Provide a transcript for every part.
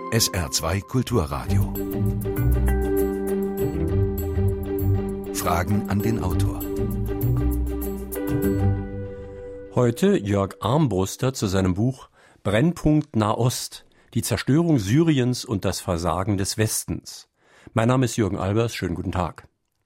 SR2 Kulturradio. Fragen an den Autor. Heute Jörg Armbruster zu seinem Buch Brennpunkt Nahost, die Zerstörung Syriens und das Versagen des Westens. Mein Name ist Jürgen Albers, schönen guten Tag.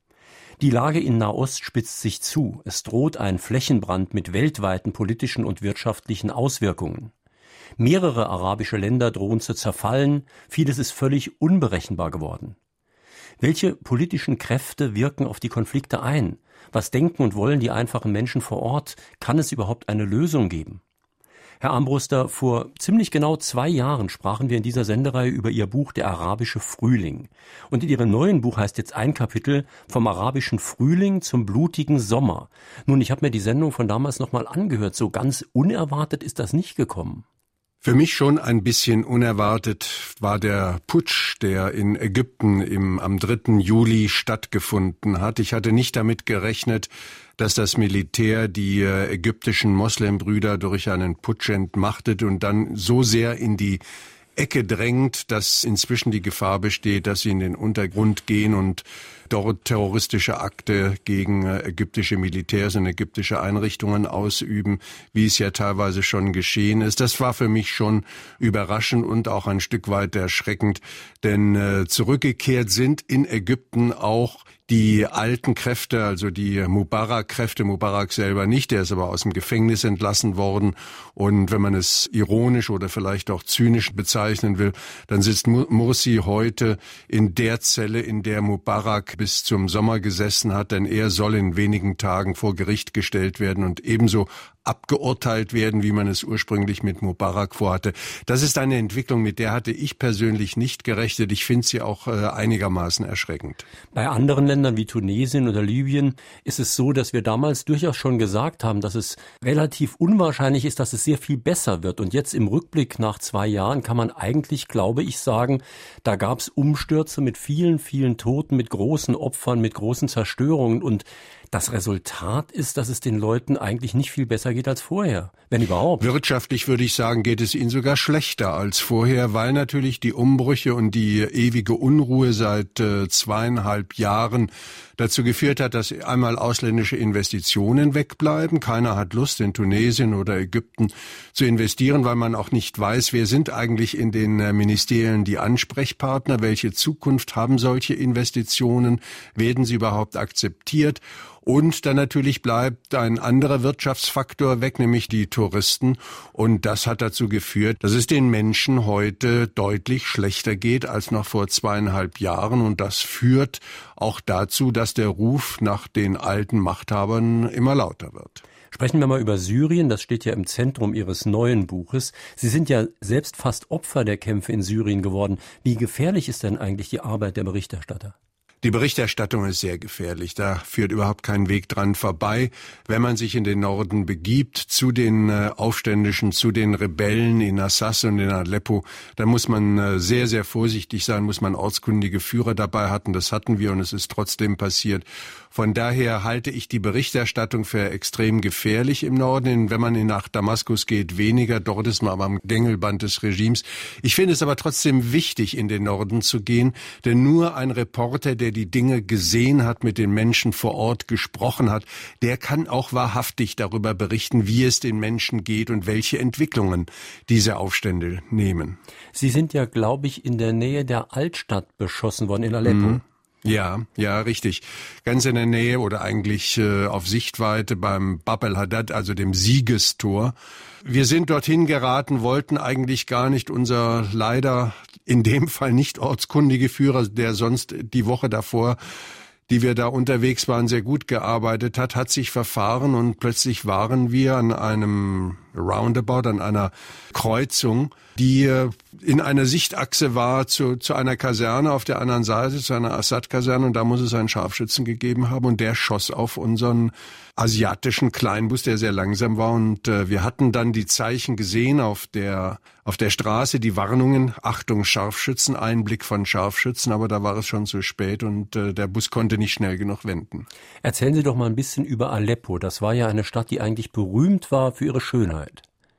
Die Lage in Nahost spitzt sich zu. Es droht ein Flächenbrand mit weltweiten politischen und wirtschaftlichen Auswirkungen. Mehrere arabische Länder drohen zu zerfallen, vieles ist völlig unberechenbar geworden. Welche politischen Kräfte wirken auf die Konflikte ein? Was denken und wollen die einfachen Menschen vor Ort? Kann es überhaupt eine Lösung geben? Herr Armbruster, vor ziemlich genau 2 Jahren sprachen wir in dieser Sendereihe über Ihr Buch Der arabische Frühling. Und in Ihrem neuen Buch heißt jetzt ein Kapitel Vom arabischen Frühling zum blutigen Sommer. Nun, ich habe mir die Sendung von damals nochmal angehört. So ganz unerwartet ist das nicht gekommen. Für mich schon ein bisschen unerwartet war der Putsch, der in Ägypten am 3. Juli stattgefunden hat. Ich hatte nicht damit gerechnet, dass das Militär die ägyptischen Moslembrüder durch einen Putsch entmachtet und dann so sehr in die Ecke drängt, dass inzwischen die Gefahr besteht, dass sie in den Untergrund gehen und dort terroristische Akte gegen ägyptische Militärs und ägyptische Einrichtungen ausüben, wie es ja teilweise schon geschehen ist. Das war für mich schon überraschend und auch ein Stück weit erschreckend, denn zurückgekehrt sind in Ägypten auch die alten Kräfte, also die Mubarak-Kräfte, Mubarak selber nicht, der ist aber aus dem Gefängnis entlassen worden. Und wenn man es ironisch oder vielleicht auch zynisch bezeichnen will, dann sitzt Mursi heute in der Zelle, in der Mubarak bis zum Sommer gesessen hat, denn er soll in wenigen Tagen vor Gericht gestellt werden und ebenso abgeurteilt werden, wie man es ursprünglich mit Mubarak vorhatte. Das ist eine Entwicklung, mit der hatte ich persönlich nicht gerechnet. Ich finde sie auch einigermaßen erschreckend. Bei anderen Ländern wie Tunesien oder Libyen ist es so, dass wir damals durchaus schon gesagt haben, dass es relativ unwahrscheinlich ist, dass es sehr viel besser wird. Und jetzt im Rückblick nach 2 Jahren kann man eigentlich, glaube ich, sagen, da gab es Umstürze mit vielen, vielen Toten, mit großen Opfern, mit großen Zerstörungen. Und das Resultat ist, dass es den Leuten eigentlich nicht viel besser geht als vorher, wenn überhaupt. Wirtschaftlich würde ich sagen, geht es ihnen sogar schlechter als vorher, weil natürlich die Umbrüche und die ewige Unruhe seit 2,5 Jahren dazu geführt hat, dass einmal ausländische Investitionen wegbleiben. Keiner hat Lust, in Tunesien oder Ägypten zu investieren, weil man auch nicht weiß, wer sind eigentlich in den Ministerien die Ansprechpartner, welche Zukunft haben solche Investitionen, werden sie überhaupt akzeptiert? Und dann natürlich bleibt ein anderer Wirtschaftsfaktor weg, nämlich die Touristen. Und das hat dazu geführt, dass es den Menschen heute deutlich schlechter geht als noch vor 2,5 Jahren. Und das führt auch dazu, dass der Ruf nach den alten Machthabern immer lauter wird. Sprechen wir mal über Syrien, das steht ja im Zentrum Ihres neuen Buches. Sie sind ja selbst fast Opfer der Kämpfe in Syrien geworden. Wie gefährlich ist denn eigentlich die Arbeit der Berichterstatter? Die Berichterstattung ist sehr gefährlich. Da führt überhaupt kein Weg dran vorbei. Wenn man sich in den Norden begibt, zu den Aufständischen, zu den Rebellen in Assas und in Aleppo, dann muss man sehr, sehr vorsichtig sein, muss man ortskundige Führer dabei hatten. Das hatten wir und es ist trotzdem passiert. Von daher halte ich die Berichterstattung für extrem gefährlich im Norden. Wenn man nach Damaskus geht, weniger. Dort ist man aber am Gängelband des Regimes. Ich finde es aber trotzdem wichtig, in den Norden zu gehen, denn nur ein Reporter, der die Dinge gesehen hat, mit den Menschen vor Ort gesprochen hat, der kann auch wahrhaftig darüber berichten, wie es den Menschen geht und welche Entwicklungen diese Aufstände nehmen. Sie sind ja, glaube ich, in der Nähe der Altstadt beschossen worden, in Aleppo. Ja, richtig. Ganz in der Nähe oder eigentlich auf Sichtweite beim Bab el-Haddad, also dem Siegestor. Wir sind dorthin geraten, wollten eigentlich gar nicht. Unser leider in dem Fall nicht ortskundige Führer, der sonst die Woche davor, die wir da unterwegs waren, sehr gut gearbeitet hat sich verfahren und plötzlich waren wir an einem Roundabout, an einer Kreuzung, die in einer Sichtachse war zu einer Kaserne auf der anderen Seite, zu einer Assad-Kaserne, und da muss es einen Scharfschützen gegeben haben und der schoss auf unseren asiatischen Kleinbus, der sehr langsam war, und wir hatten dann die Zeichen gesehen auf der Straße, die Warnungen, Achtung Scharfschützen, Einblick von Scharfschützen, aber da war es schon zu spät und der Bus konnte nicht schnell genug wenden. Erzählen Sie doch mal ein bisschen über Aleppo. Das war ja eine Stadt, die eigentlich berühmt war für ihre Schönheit.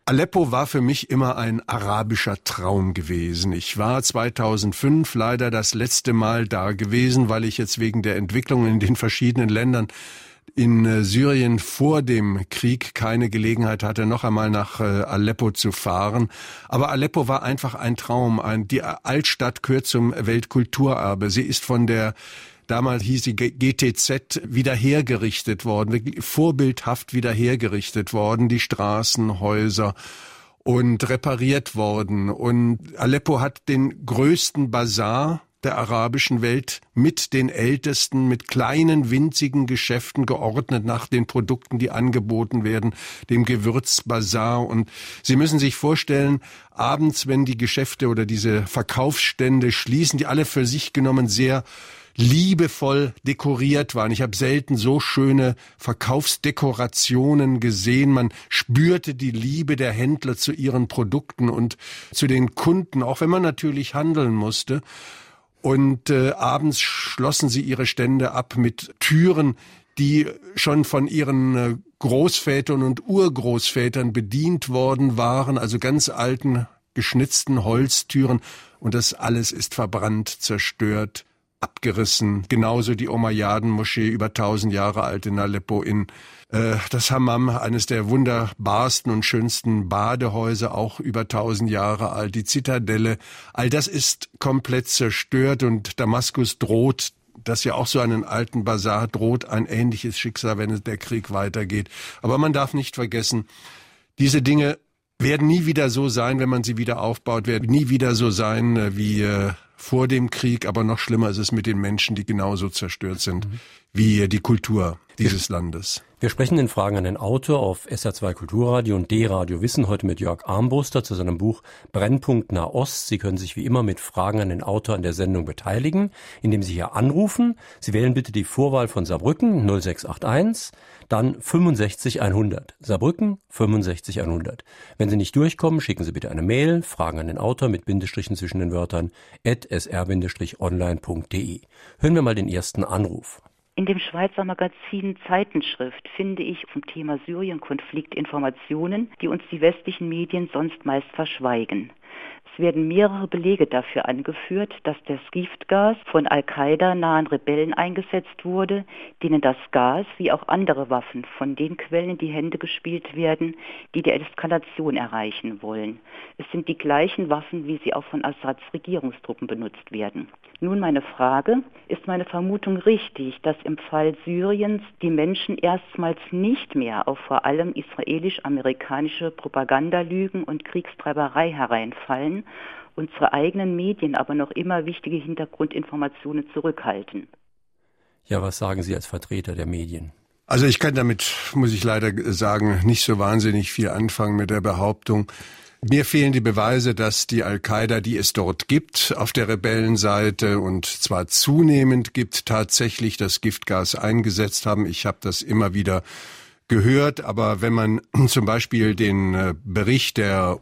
Aleppo war für mich immer ein arabischer Traum gewesen. Ich war 2005 leider das letzte Mal da gewesen, weil ich jetzt wegen der Entwicklung in den verschiedenen Ländern in Syrien vor dem Krieg keine Gelegenheit hatte, noch einmal nach Aleppo zu fahren. Aber Aleppo war einfach ein Traum. Die Altstadt gehört zum Weltkulturerbe. Sie ist von der, damals hieß sie GTZ, wiederhergerichtet worden, vorbildhaft wiederhergerichtet worden, die Straßen, Häuser und repariert worden. Und Aleppo hat den größten Bazar der arabischen Welt mit den ältesten, mit kleinen, winzigen Geschäften geordnet nach den Produkten, die angeboten werden, dem Gewürzbazar. Und Sie müssen sich vorstellen, abends, wenn die Geschäfte oder diese Verkaufsstände schließen, die alle für sich genommen sehr liebevoll dekoriert waren. Ich habe selten so schöne Verkaufsdekorationen gesehen. Man spürte die Liebe der Händler zu ihren Produkten und zu den Kunden, auch wenn man natürlich handeln musste. Und abends schlossen sie ihre Stände ab mit Türen, die schon von ihren Großvätern und Urgroßvätern bedient worden waren, also ganz alten, geschnitzten Holztüren. Und das alles ist verbrannt, zerstört, abgerissen. Genauso die Umayyaden-Moschee, über 1000 Jahre alt in Aleppo, in das Hammam, eines der wunderbarsten und schönsten Badehäuser, auch über 1000 Jahre alt, die Zitadelle. All das ist komplett zerstört und Damaskus droht, das ja auch so einen alten Bazar droht, ein ähnliches Schicksal, wenn der Krieg weitergeht. Aber man darf nicht vergessen, diese Dinge werden nie wieder so sein, wenn man sie wieder aufbaut, werden nie wieder so sein wie vor dem Krieg. Aber noch schlimmer ist es mit den Menschen, die genauso zerstört sind wie die Kultur dieses Landes. Wir sprechen in Fragen an den Autor auf SR2 Kulturradio und D-Radio Wissen heute mit Jörg Armbruster zu seinem Buch Brennpunkt Nahost. Sie können sich wie immer mit Fragen an den Autor an der Sendung beteiligen, indem Sie hier anrufen. Sie wählen bitte die Vorwahl von Saarbrücken 0681, dann 65 100. Saarbrücken 65 100. Wenn Sie nicht durchkommen, schicken Sie bitte eine Mail, Fragen an den Autor mit Bindestrichen zwischen den Wörtern @sr-online.de. Hören wir mal den ersten Anruf. In dem Schweizer Magazin Zeitenschrift finde ich zum Thema Syrien-Konflikt Informationen, die uns die westlichen Medien sonst meist verschweigen. Es werden mehrere Belege dafür angeführt, dass das Giftgas von Al-Qaida-nahen Rebellen eingesetzt wurde, denen das Gas wie auch andere Waffen von den Quellen in die Hände gespielt werden, die die Eskalation erreichen wollen. Es sind die gleichen Waffen, wie sie auch von Assads Regierungstruppen benutzt werden. Nun meine Frage, ist meine Vermutung richtig, dass im Fall Syriens die Menschen erstmals nicht mehr auf vor allem israelisch-amerikanische Propagandalügen und Kriegstreiberei hereinfallen, unsere eigenen Medien aber noch immer wichtige Hintergrundinformationen zurückhalten? Ja, was sagen Sie als Vertreter der Medien? Also ich kann damit, muss ich leider sagen, nicht so wahnsinnig viel anfangen mit der Behauptung. Mir fehlen die Beweise, dass die Al-Qaida, die es dort gibt, auf der Rebellenseite und zwar zunehmend gibt, tatsächlich das Giftgas eingesetzt haben. Ich habe das immer wieder gehört, aber wenn man zum Beispiel den Bericht der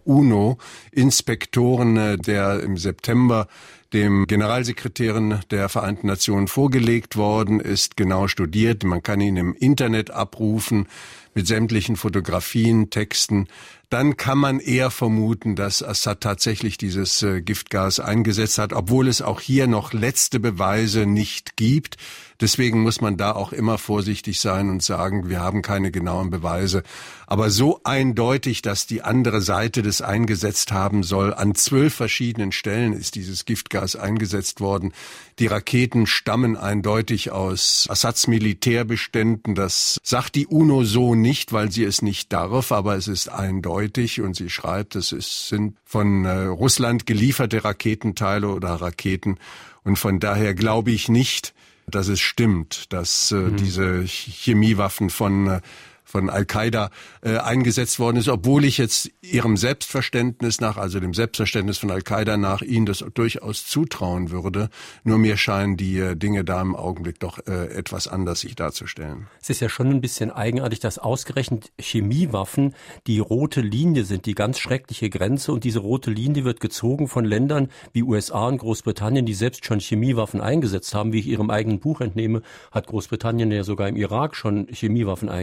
UNO-Inspektoren, der im September dem Generalsekretärin der Vereinten Nationen vorgelegt worden ist, genau studiert, man kann ihn im Internet abrufen mit sämtlichen Fotografien, Texten, dann kann man eher vermuten, dass Assad tatsächlich dieses Giftgas eingesetzt hat, obwohl es auch hier noch letzte Beweise nicht gibt. Deswegen muss man da auch immer vorsichtig sein und sagen, wir haben keine genauen Beweise. Aber so eindeutig, dass die andere Seite das eingesetzt haben soll, an 12 verschiedenen Stellen ist dieses Giftgas eingesetzt worden. Die Raketen stammen eindeutig aus Assads Militärbeständen. Das sagt die UNO so nicht, weil sie es nicht darf, aber es ist eindeutig. Und sie schreibt, sind von Russland gelieferte Raketenteile oder Raketen. Und von daher glaube ich nicht, dass es stimmt, dass diese Chemiewaffen von Al-Qaida eingesetzt worden ist, obwohl ich jetzt ihrem Selbstverständnis nach, also dem Selbstverständnis von Al-Qaida nach, ihnen das durchaus zutrauen würde. Nur mir scheinen die Dinge da im Augenblick doch etwas anders sich darzustellen. Es ist ja schon ein bisschen eigenartig, dass ausgerechnet Chemiewaffen die rote Linie sind, die ganz schreckliche Grenze. Und diese rote Linie wird gezogen von Ländern wie USA und Großbritannien, die selbst schon Chemiewaffen eingesetzt haben. Wie ich Ihrem eigenen Buch entnehme, hat Großbritannien ja sogar im Irak schon Chemiewaffen eingesetzt.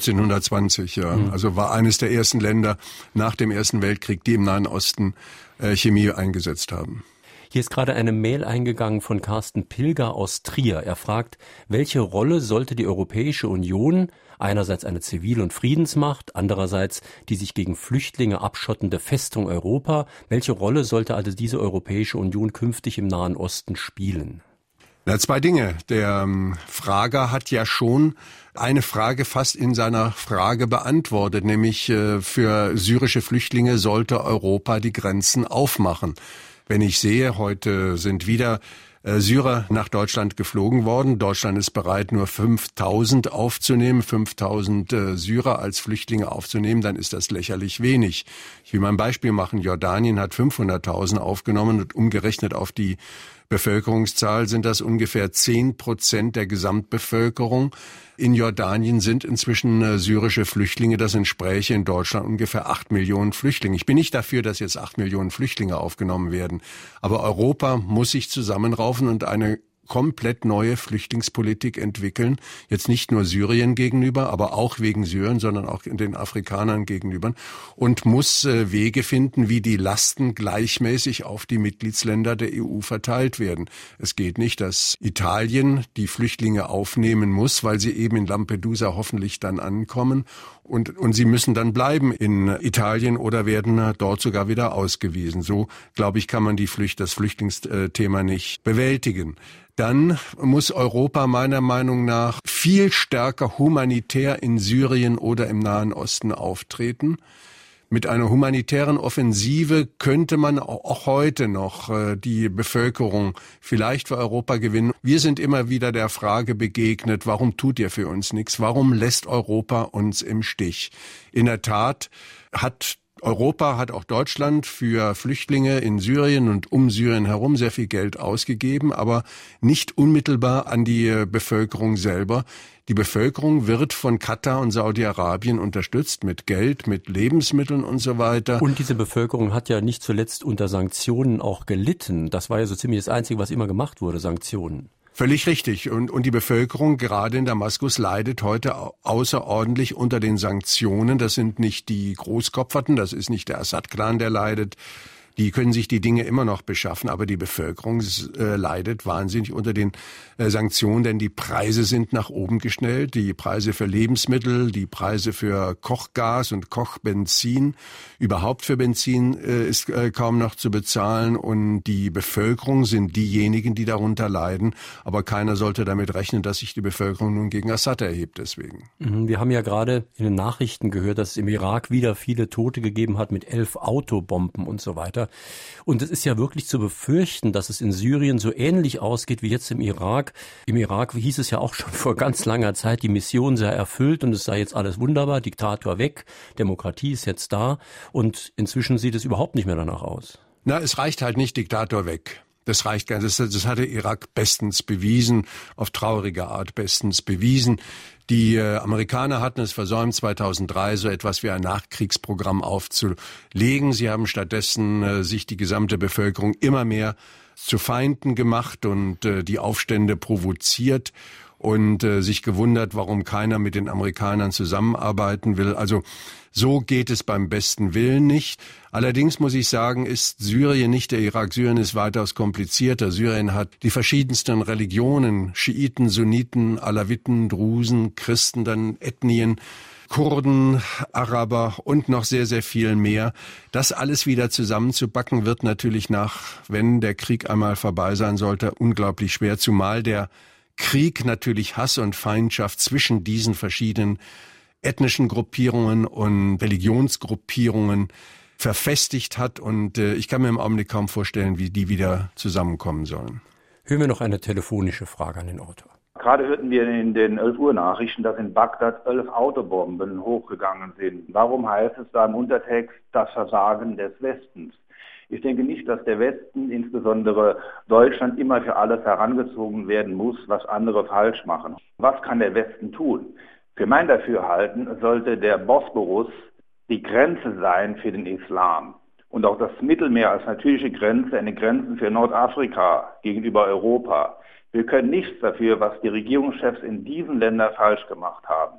1920, ja. Also war eines der ersten Länder nach dem Ersten Weltkrieg, die im Nahen Osten Chemie eingesetzt haben. Hier ist gerade eine Mail eingegangen von Carsten Pilger aus Trier. Er fragt, welche Rolle sollte die Europäische Union, einerseits eine Zivil- und Friedensmacht, andererseits die sich gegen Flüchtlinge abschottende Festung Europa, welche Rolle sollte also diese Europäische Union künftig im Nahen Osten spielen? Na, zwei Dinge. Der Frager hat ja schon eine Frage fast in seiner Frage beantwortet, nämlich für syrische Flüchtlinge sollte Europa die Grenzen aufmachen. Wenn ich sehe, heute sind wieder Syrer nach Deutschland geflogen worden. Deutschland ist bereit, nur 5.000 aufzunehmen, 5.000 Syrer als Flüchtlinge aufzunehmen, dann ist das lächerlich wenig. Ich will mal ein Beispiel machen. Jordanien hat 500.000 aufgenommen und umgerechnet auf die Bevölkerungszahl sind das ungefähr 10% der Gesamtbevölkerung. In Jordanien sind inzwischen syrische Flüchtlinge. Das entspräche in Deutschland ungefähr 8 Millionen Flüchtlinge. Ich bin nicht dafür, dass jetzt 8 Millionen Flüchtlinge aufgenommen werden. Aber Europa muss sich zusammenraufen und eine komplett neue Flüchtlingspolitik entwickeln. Jetzt nicht nur Syrien gegenüber, aber auch wegen Syrien, sondern auch den Afrikanern gegenüber. Und muss Wege finden, wie die Lasten gleichmäßig auf die Mitgliedsländer der EU verteilt werden. Es geht nicht, dass Italien die Flüchtlinge aufnehmen muss, weil sie eben in Lampedusa hoffentlich dann ankommen. Und sie müssen dann bleiben in Italien oder werden dort sogar wieder ausgewiesen. So, glaube ich, kann man das Flüchtlingsthema nicht bewältigen. Dann muss Europa meiner Meinung nach viel stärker humanitär in Syrien oder im Nahen Osten auftreten. Mit einer humanitären Offensive könnte man auch heute noch die Bevölkerung vielleicht für Europa gewinnen. Wir sind immer wieder der Frage begegnet, warum tut ihr für uns nichts? Warum lässt Europa uns im Stich? In der Tat hat auch Deutschland für Flüchtlinge in Syrien und um Syrien herum sehr viel Geld ausgegeben, aber nicht unmittelbar an die Bevölkerung selber. Die Bevölkerung wird von Katar und Saudi-Arabien unterstützt mit Geld, mit Lebensmitteln und so weiter. Und diese Bevölkerung hat ja nicht zuletzt unter Sanktionen auch gelitten. Das war ja so ziemlich das Einzige, was immer gemacht wurde, Sanktionen. Völlig richtig. Und die Bevölkerung, gerade in Damaskus, leidet heute außerordentlich unter den Sanktionen. Das sind nicht die Großkopferten, das ist nicht der Assad-Clan, der leidet. Die können sich die Dinge immer noch beschaffen, aber die Bevölkerung leidet wahnsinnig unter den Sanktionen, denn die Preise sind nach oben geschnellt. Die Preise für Lebensmittel, die Preise für Kochgas und Kochbenzin, überhaupt für Benzin ist kaum noch zu bezahlen. Und die Bevölkerung sind diejenigen, die darunter leiden. Aber keiner sollte damit rechnen, dass sich die Bevölkerung nun gegen Assad erhebt deswegen. Wir haben ja gerade in den Nachrichten gehört, dass es im Irak wieder viele Tote gegeben hat mit 11 Autobomben und so weiter. Und es ist ja wirklich zu befürchten, dass es in Syrien so ähnlich ausgeht wie jetzt im Irak. Im Irak hieß es ja auch schon vor ganz langer Zeit, die Mission sei erfüllt und es sei jetzt alles wunderbar, Diktator weg, Demokratie ist jetzt da und inzwischen sieht es überhaupt nicht mehr danach aus. Na, es reicht halt nicht, Diktator weg. Das reicht gar nicht. Das hat der Irak bestens bewiesen, auf traurige Art bestens bewiesen. Die Amerikaner hatten es versäumt, 2003 so etwas wie ein Nachkriegsprogramm aufzulegen. Sie haben stattdessen sich die gesamte Bevölkerung immer mehr zu Feinden gemacht und die Aufstände provoziert und sich gewundert, warum keiner mit den Amerikanern zusammenarbeiten will. Also so geht es beim besten Willen nicht. Allerdings muss ich sagen, ist Syrien nicht der Irak. Syrien ist weitaus komplizierter. Syrien hat die verschiedensten Religionen, Schiiten, Sunniten, Alawiten, Drusen, Christen, dann Ethnien, Kurden, Araber und noch sehr, sehr viel mehr. Das alles wieder zusammenzubacken wird natürlich wenn der Krieg einmal vorbei sein sollte, unglaublich schwer, zumal der Krieg natürlich Hass und Feindschaft zwischen diesen verschiedenen ethnischen Gruppierungen und Religionsgruppierungen verfestigt hat. Und ich kann mir im Augenblick kaum vorstellen, wie die wieder zusammenkommen sollen. Hören wir noch eine telefonische Frage an den Autor. Gerade hörten wir in den 11 Uhr Nachrichten, dass in Bagdad 11 Autobomben hochgegangen sind. Warum heißt es da im Untertext das Versagen des Westens? Ich denke nicht, dass der Westen, insbesondere Deutschland, immer für alles herangezogen werden muss, was andere falsch machen. Was kann der Westen tun? Für mein Dafürhalten sollte der Bosporus die Grenze sein für den Islam. Und auch das Mittelmeer als natürliche Grenze, eine Grenze für Nordafrika gegenüber Europa. Wir können nichts dafür, was die Regierungschefs in diesen Ländern falsch gemacht haben.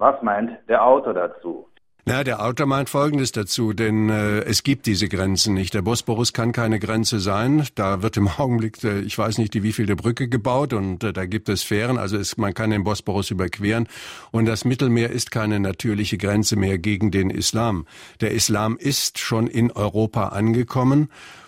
Was meint der Autor dazu? Na, der Autor meint Folgendes dazu, denn es gibt diese Grenzen nicht. Der Bosporus kann keine Grenze sein. Da wird im Augenblick, ich weiß nicht, die wievielte Brücke gebaut und da gibt es Fähren. Also man kann den Bosporus überqueren und das Mittelmeer ist keine natürliche Grenze mehr gegen den Islam. Der Islam ist schon in Europa angekommen.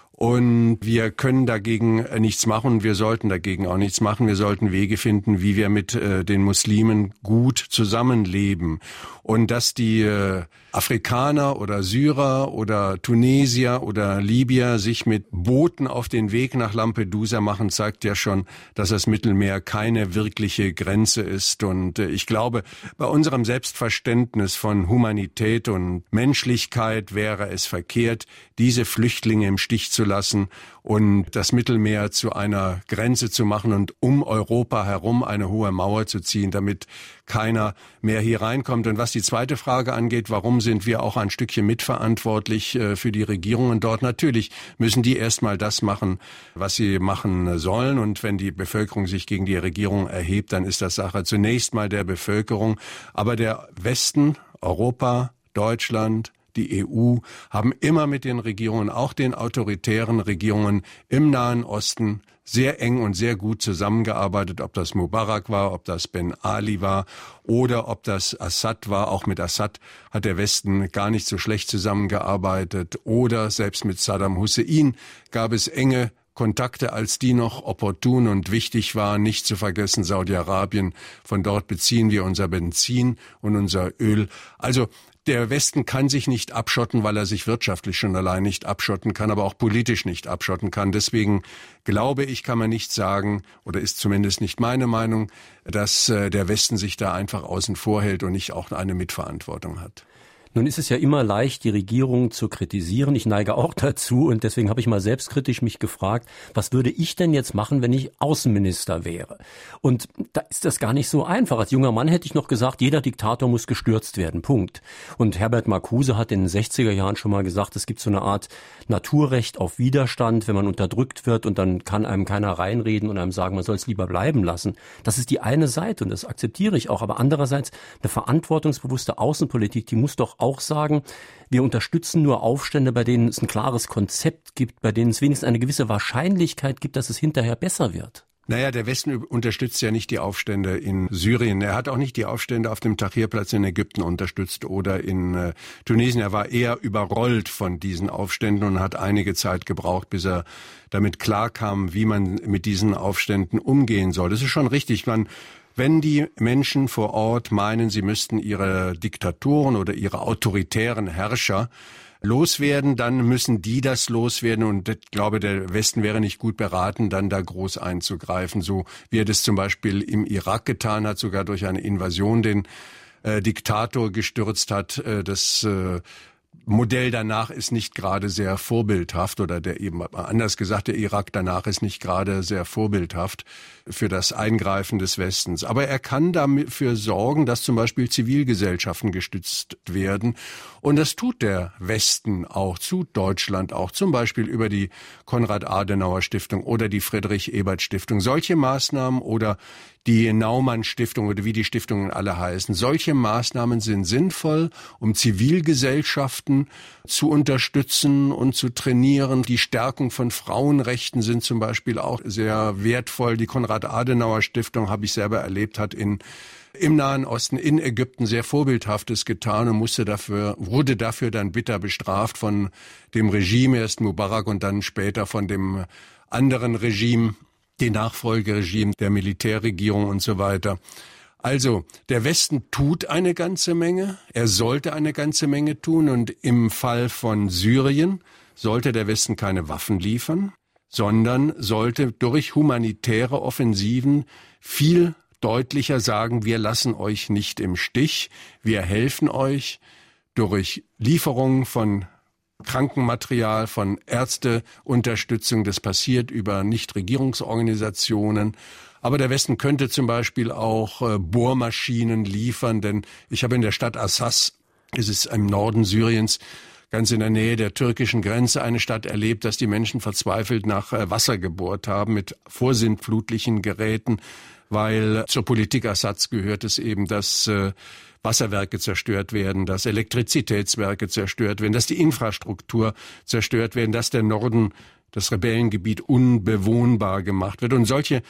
Und wir können dagegen nichts machen, wir sollten dagegen auch nichts machen. Wir sollten Wege finden, wie wir mit den Muslimen gut zusammenleben. Und dass die Afrikaner oder Syrer oder Tunesier oder Libyer sich mit Booten auf den Weg nach Lampedusa machen, zeigt ja schon, dass das Mittelmeer keine wirkliche Grenze ist. Und ich glaube, bei unserem Selbstverständnis von Humanität und Menschlichkeit wäre es verkehrt, diese Flüchtlinge im Stich zu lassen und das Mittelmeer zu einer Grenze zu machen und um Europa herum eine hohe Mauer zu ziehen, damit keiner mehr hier reinkommt. Und was die zweite Frage angeht, warum sind wir auch ein Stückchen mitverantwortlich für die Regierungen dort? Natürlich müssen die erstmal das machen, was sie machen sollen. Und wenn die Bevölkerung sich gegen die Regierung erhebt, dann ist das Sache zunächst mal der Bevölkerung. Aber der Westen, Europa, Deutschland, die EU haben immer mit den Regierungen, auch den autoritären Regierungen im Nahen Osten, sehr eng und sehr gut zusammengearbeitet, ob das Mubarak war, ob das Ben Ali war oder ob das Assad war. Auch mit Assad hat der Westen gar nicht so schlecht zusammengearbeitet. Oder selbst mit Saddam Hussein gab es enge Kontakte, als die noch opportun und wichtig waren. Nicht zu vergessen Saudi-Arabien. Von dort beziehen wir unser Benzin und unser Öl. Also der Westen kann sich nicht abschotten, weil er sich wirtschaftlich schon allein nicht abschotten kann, aber auch politisch nicht abschotten kann. Deswegen glaube ich, kann man nicht sagen, oder ist zumindest nicht meine Meinung, dass der Westen sich da einfach außen vor hält und nicht auch eine Mitverantwortung hat. Nun ist es ja immer leicht, die Regierung zu kritisieren. Ich neige auch dazu und deswegen habe ich mal selbstkritisch mich gefragt, was würde ich denn jetzt machen, wenn ich Außenminister wäre? Und da ist das gar nicht so einfach. Als junger Mann hätte ich noch gesagt, jeder Diktator muss gestürzt werden, Punkt. Und Herbert Marcuse hat in den 60er Jahren schon mal gesagt, es gibt so eine Art Naturrecht auf Widerstand, wenn man unterdrückt wird und dann kann einem keiner reinreden und einem sagen, man soll es lieber bleiben lassen. Das ist die eine Seite und das akzeptiere ich auch. Aber andererseits eine verantwortungsbewusste Außenpolitik, die muss doch auch sagen, wir unterstützen nur Aufstände, bei denen es ein klares Konzept gibt, bei denen es wenigstens eine gewisse Wahrscheinlichkeit gibt, dass es hinterher besser wird. Naja, der Westen unterstützt ja nicht die Aufstände in Syrien. Er hat auch nicht die Aufstände auf dem Tahrirplatz in Ägypten unterstützt oder in Tunesien. Er war eher überrollt von diesen Aufständen und hat einige Zeit gebraucht, bis er damit klarkam, wie man mit diesen Aufständen umgehen soll. Das ist schon richtig. Wenn die Menschen vor Ort meinen, sie müssten ihre Diktatoren oder ihre autoritären Herrscher loswerden, dann müssen die das loswerden und ich glaube, der Westen wäre nicht gut beraten, dann da groß einzugreifen, so wie er das zum Beispiel im Irak getan hat, sogar durch eine Invasion den Diktator gestürzt hat. Das Modell danach ist nicht gerade sehr vorbildhaft oder anders gesagt, der Irak danach ist nicht gerade sehr vorbildhaft für das Eingreifen des Westens. Aber er kann dafür sorgen, dass zum Beispiel Zivilgesellschaften gestützt werden. Und das tut der Westen auch, tut Deutschland auch, zum Beispiel über die Konrad-Adenauer-Stiftung oder die Friedrich-Ebert-Stiftung. Solche Maßnahmen oder die Naumann-Stiftung oder wie die Stiftungen alle heißen. Solche Maßnahmen sind sinnvoll, um Zivilgesellschaften zu unterstützen und zu trainieren. Die Stärkung von Frauenrechten sind zum Beispiel auch sehr wertvoll. Die Konrad-Adenauer-Stiftung, habe ich selber erlebt, hat im Nahen Osten, in Ägypten sehr Vorbildhaftes getan und wurde dafür dann bitter bestraft von dem Regime, erst Mubarak und dann später von dem anderen Regime, die Nachfolgeregime der Militärregierung und so weiter. Also, der Westen tut eine ganze Menge, er sollte eine ganze Menge tun und im Fall von Syrien sollte der Westen keine Waffen liefern, sondern sollte durch humanitäre Offensiven viel deutlicher sagen, wir lassen euch nicht im Stich, wir helfen euch durch Lieferungen von Krankenmaterial, von Ärzteunterstützung. Das passiert über Nichtregierungsorganisationen. Aber der Westen könnte zum Beispiel auch Bohrmaschinen liefern, denn ich habe in der Stadt Assas, es ist im Norden Syriens, ganz in der Nähe der türkischen Grenze eine Stadt erlebt, dass die Menschen verzweifelt nach Wasser gebohrt haben mit vorsintflutlichen Geräten, weil zur Politik Assads gehört es eben, dass Wasserwerke zerstört werden, dass Elektrizitätswerke zerstört werden, dass die Infrastruktur zerstört werden, dass der Norden, das Rebellengebiet, unbewohnbar gemacht wird. Und mit solchen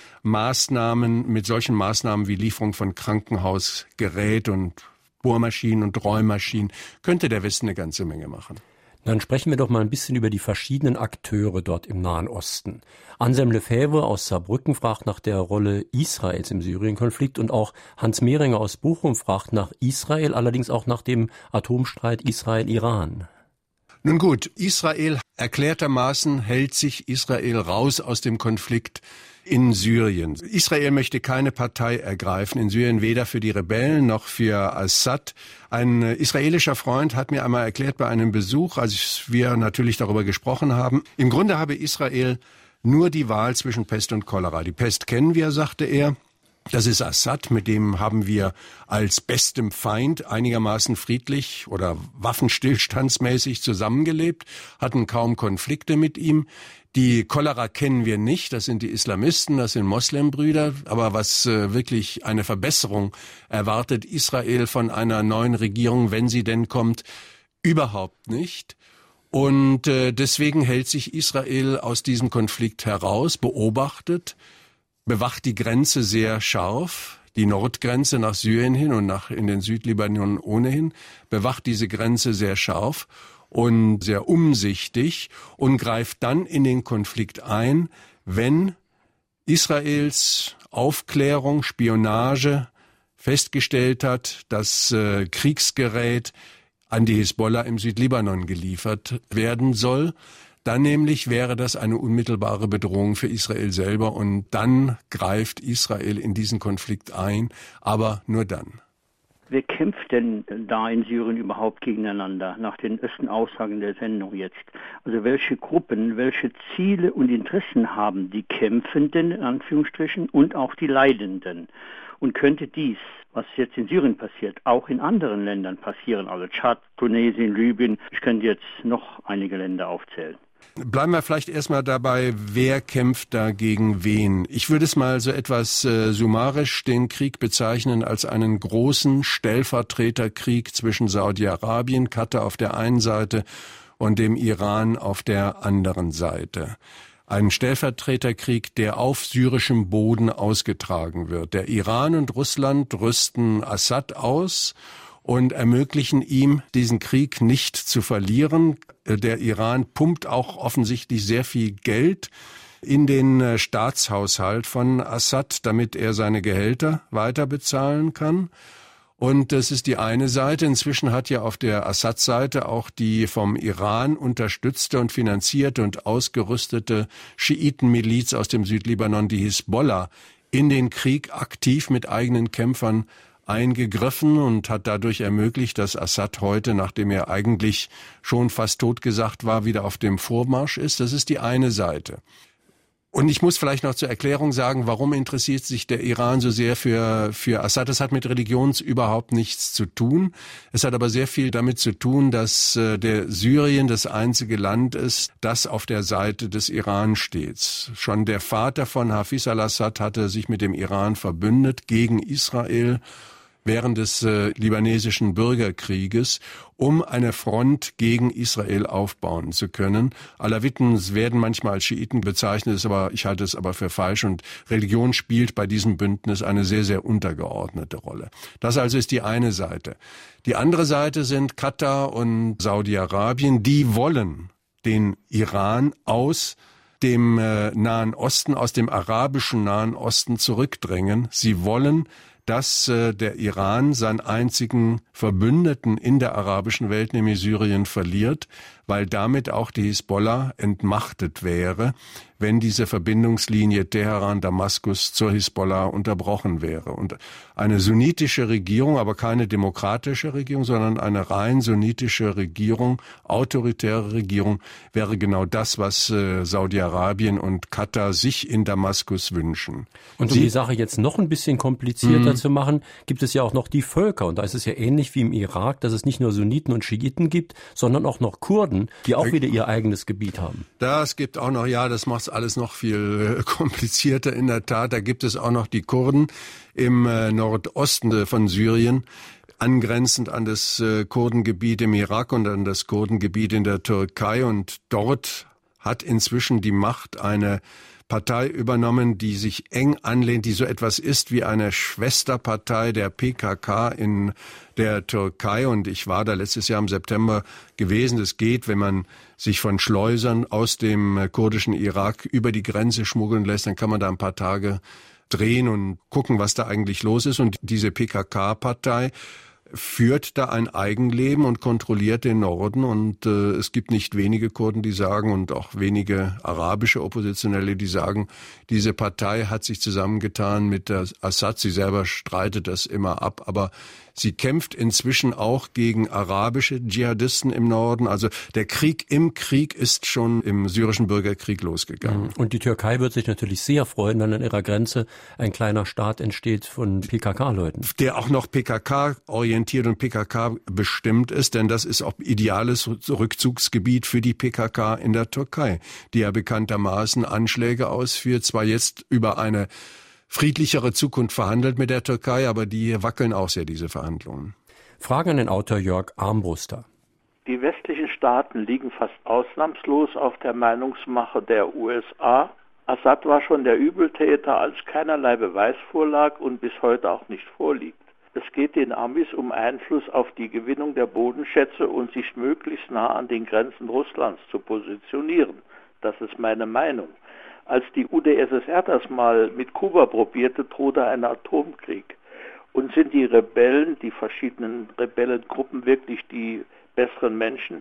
Maßnahmen wie Lieferung von Krankenhausgerät und Bohrmaschinen und Räummaschinen könnte der Westen eine ganze Menge machen. Dann sprechen wir doch mal ein bisschen über die verschiedenen Akteure dort im Nahen Osten. Anselm Lefebvre aus Saarbrücken fragt nach der Rolle Israels im Syrien-Konflikt und auch Hans Mehringer aus Bochum fragt nach Israel, allerdings auch nach dem Atomstreit Israel-Iran. Nun gut, Israel erklärtermaßen hält sich Israel raus aus dem Konflikt in Syrien. Israel möchte keine Partei ergreifen in Syrien, weder für die Rebellen noch für Assad. Ein israelischer Freund hat mir einmal erklärt bei einem Besuch, als wir natürlich darüber gesprochen haben, im Grunde habe Israel nur die Wahl zwischen Pest und Cholera. Die Pest kennen wir, sagte er. Das ist Assad, mit dem haben wir als bestem Feind einigermaßen friedlich oder waffenstillstandsmäßig zusammengelebt, hatten kaum Konflikte mit ihm. Die Cholera kennen wir nicht, das sind die Islamisten, das sind Moslembrüder. Aber was wirklich eine Verbesserung erwartet Israel von einer neuen Regierung, wenn sie denn kommt, überhaupt nicht. Und deswegen hält sich Israel aus diesem Konflikt heraus, beobachtet, bewacht die Grenze sehr scharf, die Nordgrenze nach Syrien hin und in den Südlibanon ohnehin, bewacht diese Grenze sehr scharf und sehr umsichtig und greift dann in den Konflikt ein, wenn Israels Aufklärung, Spionage festgestellt hat, dass Kriegsgerät an die Hisbollah im Südlibanon geliefert werden soll. Dann nämlich wäre das eine unmittelbare Bedrohung für Israel selber und dann greift Israel in diesen Konflikt ein, aber nur dann. Wer kämpft denn da in Syrien überhaupt gegeneinander, nach den ersten Aussagen der Sendung jetzt? Also welche Gruppen, welche Ziele und Interessen haben die Kämpfenden, in Anführungsstrichen, und auch die Leidenden? Und könnte dies, was jetzt in Syrien passiert, auch in anderen Ländern passieren? Also Tschad, Tunesien, Libyen, ich könnte jetzt noch einige Länder aufzählen. Bleiben wir vielleicht erstmal dabei, wer kämpft da gegen wen. Ich würde es mal so etwas summarisch den Krieg bezeichnen als einen großen Stellvertreterkrieg zwischen Saudi-Arabien, Katar auf der einen Seite und dem Iran auf der anderen Seite. Ein Stellvertreterkrieg, der auf syrischem Boden ausgetragen wird. Der Iran und Russland rüsten Assad aus und ermöglichen ihm, diesen Krieg nicht zu verlieren. Der Iran pumpt auch offensichtlich sehr viel Geld in den Staatshaushalt von Assad, damit er seine Gehälter weiter bezahlen kann. Und das ist die eine Seite. Inzwischen hat ja auf der Assad-Seite auch die vom Iran unterstützte und finanzierte und ausgerüstete Schiitenmiliz aus dem Südlibanon, die Hisbollah, in den Krieg aktiv mit eigenen Kämpfern eingegriffen und hat dadurch ermöglicht, dass Assad heute, nachdem er eigentlich schon fast totgesagt war, wieder auf dem Vormarsch ist. Das ist die eine Seite. Und ich muss vielleicht noch zur Erklärung sagen, warum interessiert sich der Iran so sehr für Assad? Das hat mit Religion überhaupt nichts zu tun. Es hat aber sehr viel damit zu tun, dass der Syrien das einzige Land ist, das auf der Seite des Iran steht. Schon der Vater von Hafiz al-Assad hatte sich mit dem Iran verbündet gegen Israel während des libanesischen Bürgerkrieges, um eine Front gegen Israel aufbauen zu können. Alawiten werden manchmal als Schiiten bezeichnet, ich halte es aber für falsch, und Religion spielt bei diesem Bündnis eine sehr, sehr untergeordnete Rolle. Das also ist die eine Seite. Die andere Seite sind Katar und Saudi-Arabien, die wollen den Iran aus dem Nahen Osten, aus dem arabischen Nahen Osten zurückdrängen. Sie wollen, dass der Iran seinen einzigen Verbündeten in der arabischen Welt, nämlich Syrien, verliert, weil damit auch die Hisbollah entmachtet wäre, wenn diese Verbindungslinie Teheran-Damaskus zur Hisbollah unterbrochen wäre. Und eine sunnitische Regierung, aber keine demokratische Regierung, sondern eine rein sunnitische Regierung, autoritäre Regierung, wäre genau das, was Saudi-Arabien und Katar sich in Damaskus wünschen. Und um die Sache jetzt noch ein bisschen komplizierter zu machen, gibt es ja auch noch die Völker. Und da ist es ja ähnlich wie im Irak, dass es nicht nur Sunniten und Schiiten gibt, sondern auch noch Kurden, die auch wieder ihr eigenes Gebiet haben. Das gibt auch noch, ja, das macht alles noch viel komplizierter in der Tat. Da gibt es auch noch die Kurden im Nordosten von Syrien, angrenzend an das Kurdengebiet im Irak und an das Kurdengebiet in der Türkei. Und dort hat inzwischen die Macht eine Partei übernommen, die sich eng anlehnt, die so etwas ist wie eine Schwesterpartei der PKK in der Türkei. Und ich war da letztes Jahr im September gewesen. Es geht, wenn man sich von Schleusern aus dem kurdischen Irak über die Grenze schmuggeln lässt, dann kann man da ein paar Tage drehen und gucken, was da eigentlich los ist. Und diese PKK-Partei führt da ein Eigenleben und kontrolliert den Norden. Und es gibt nicht wenige Kurden, die sagen, und auch wenige arabische Oppositionelle, die sagen, diese Partei hat sich zusammengetan mit der Assad. Sie selber streitet das immer ab, aber sie kämpft inzwischen auch gegen arabische Dschihadisten im Norden. Also der Krieg im Krieg ist schon im syrischen Bürgerkrieg losgegangen. Und die Türkei wird sich natürlich sehr freuen, wenn an ihrer Grenze ein kleiner Staat entsteht von PKK-Leuten. Der auch noch PKK-orientiert und PKK bestimmt ist, denn das ist auch ideales Rückzugsgebiet für die PKK in der Türkei, die ja bekanntermaßen Anschläge ausführt, zwar jetzt über eine friedlichere Zukunft verhandelt mit der Türkei, aber die wackeln auch sehr, diese Verhandlungen. Fragen an den Autor Jörg Armbruster. Die westlichen Staaten liegen fast ausnahmslos auf der Meinungsmache der USA. Assad war schon der Übeltäter, als keinerlei Beweis vorlag und bis heute auch nicht vorliegt. Es geht den Amis um Einfluss auf die Gewinnung der Bodenschätze und sich möglichst nah an den Grenzen Russlands zu positionieren. Das ist meine Meinung. Als die UdSSR das mal mit Kuba probierte, drohte ein Atomkrieg. Und sind die Rebellen, die verschiedenen Rebellengruppen wirklich die besseren Menschen?